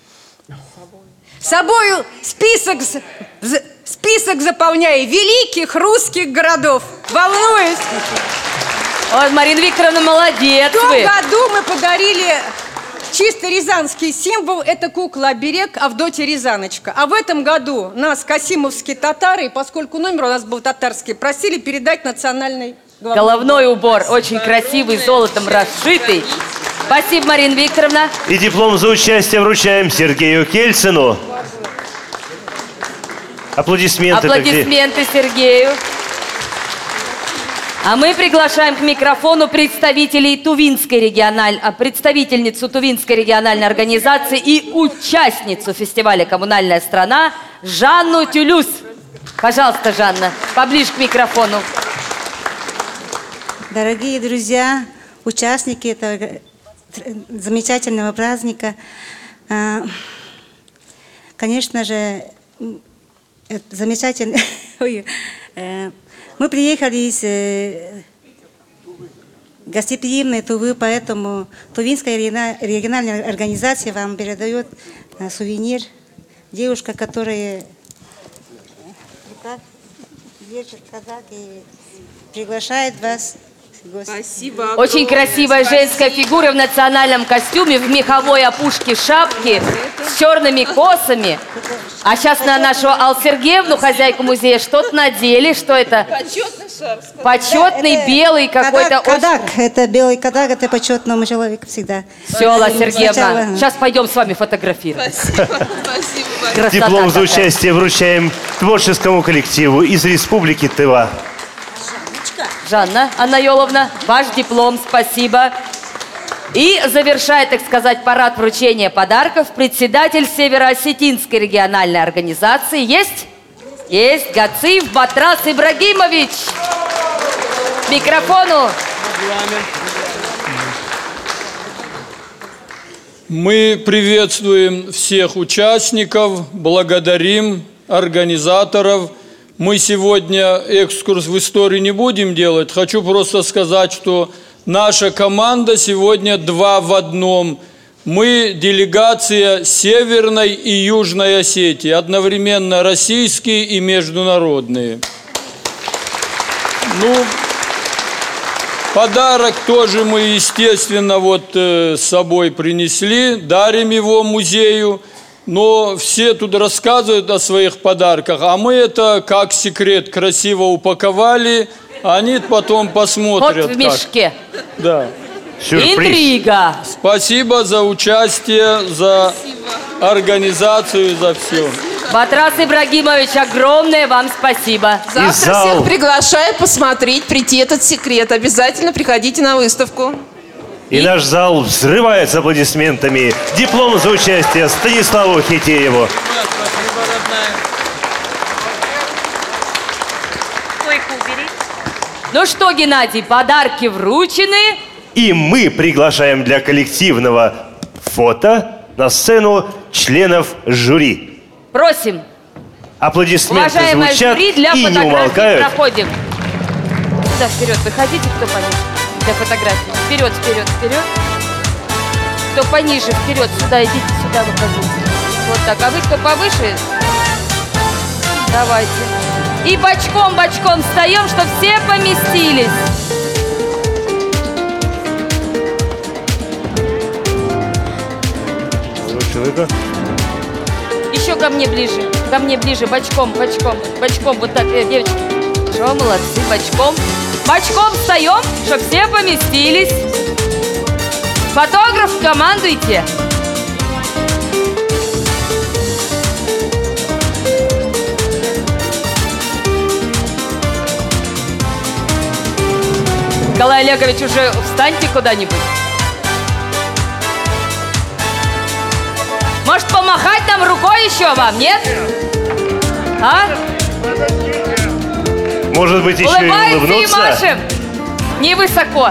Собою список заполняя великих русских городов. Волнуюсь. Вот, Марина Викторовна, молодец. В том году мы подарили чисто рязанский символ. Это кукла-оберег Авдотья Рязаночка. А в этом году нас касимовские татары, поскольку номер у нас был татарский, просили передать национальный головной убор. Очень красивый, золотом расшитый. Спасибо, Марина Викторовна. И диплом за участие вручаем Сергею Кельцину. Аплодисменты. Аплодисменты Сергею. А мы приглашаем к микрофону представительницу Тувинской региональной организации и участницу фестиваля «Коммунальная страна» Жанну Тюлюс. Пожалуйста, Жанна, поближе к микрофону. Дорогие друзья, участники этого замечательного праздника, конечно же, замечательно. Мы приехали из гостеприимной Тувы, поэтому Тувинская региональная организация вам передает сувенир. Девушка, которая держит казак и приглашает вас. Спасибо. Очень красивая женская фигура в национальном костюме, в меховой опушке шапки, с черными косами. А сейчас на нашу Аллу Сергеевну, хозяйку музея, что-то надели. Что это? Почетный шарф. Почетный белый какой-то. Кадак. Это белый кадак, это почетному человеку всегда. Все, Алла Сергеевна, сейчас пойдем с вами фотографировать. Спасибо. Диплом за участие вручаем творческому коллективу из Республики Тыва. Жанна Анайоловна, ваш диплом, спасибо. И завершает, так сказать, парад вручения подарков председатель Северо-Осетинской региональной организации. Есть? Есть. Гациев Батрас Ибрагимович. К микрофону. Мы приветствуем всех участников, благодарим организаторов. Мы сегодня экскурс в историю не будем делать. Хочу просто сказать, что наша команда сегодня 2 в 1. Мы делегация Северной и Южной Осетии, одновременно российские и международные. Ну, подарок тоже мы, естественно, с собой принесли, дарим его музею. Но все тут рассказывают о своих подарках, а мы это как секрет красиво упаковали, они потом посмотрят. Вот в мешке. Да. Сюрприз. Интрига. Спасибо за участие, за организацию, за все. Батрас Ибрагимович, огромное вам спасибо. Завтра всех приглашаю посмотреть, прийти этот секрет. Обязательно приходите на выставку. И наш зал взрывается аплодисментами. Диплом за участие Станиславу Хитееву. Ну что, Геннадий, подарки вручены. И мы приглашаем для коллективного фото на сцену членов жюри. Просим. Аплодисменты Уважаемое звучат жюри, для и не фотографий умолкают. проходим. Сюда вперед выходите, кто пониже. Для фотографии. Вперед, вперед, вперед. Кто пониже, вперед, сюда идите, сюда выходите. Вот так. А вы кто повыше? Давайте. И бочком-бочком встаем, чтобы все поместились. Еще ко мне ближе, бочком, вот так, девочки. Хорошо, молодцы, бочком. Бочком встаем, чтобы все поместились. Фотограф, командуйте. Николай Олегович, уже встаньте куда-нибудь. Может, помахать нам рукой еще вам, нет? А? Может быть, еще Улыбаемся и улыбнуться? и машем. Невысоко.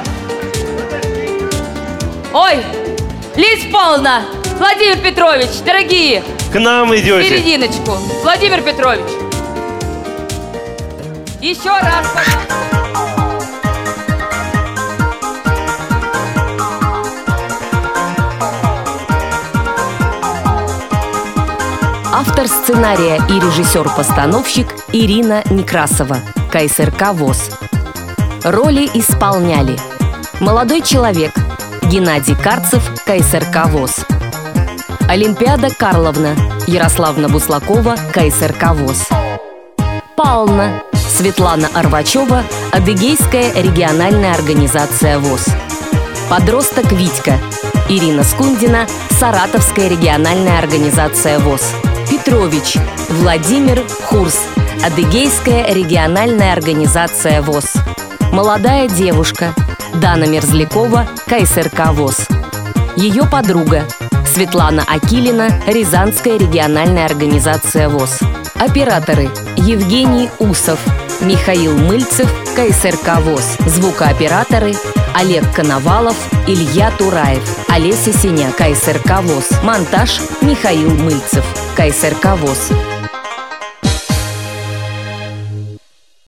Ой, лиц полно. Владимир Петрович, дорогие. К нам идете. Серединочку. Владимир Петрович. Еще раз. Автор сценария и режиссер-постановщик Ирина Некрасова, КСРК ВОС. Роли исполняли: молодой человек Геннадий Карцев, КСРК ВОС; Олимпиада Карловна Ярославна Буслакова, КСРК ВОС; Пална Светлана Арвачева, Адыгейская региональная организация ВОС; подросток Витька Ирина Скундина, Саратовская региональная организация ВОС; Петрович Владимир Хурс, Адыгейская региональная организация ВОС; молодая девушка Дана Мерзлякова, КСРК ВОС; ее подруга Светлана Акилина, Рязанская региональная организация ВОС; операторы Евгений Усов, Михаил Мыльцев, КСРК ВОС; звукооператоры Олег Коновалов, Илья Тураев, Олеся Синя, КСРК ВОС; монтаж Михаил Мыльцев, КСРК ВОС.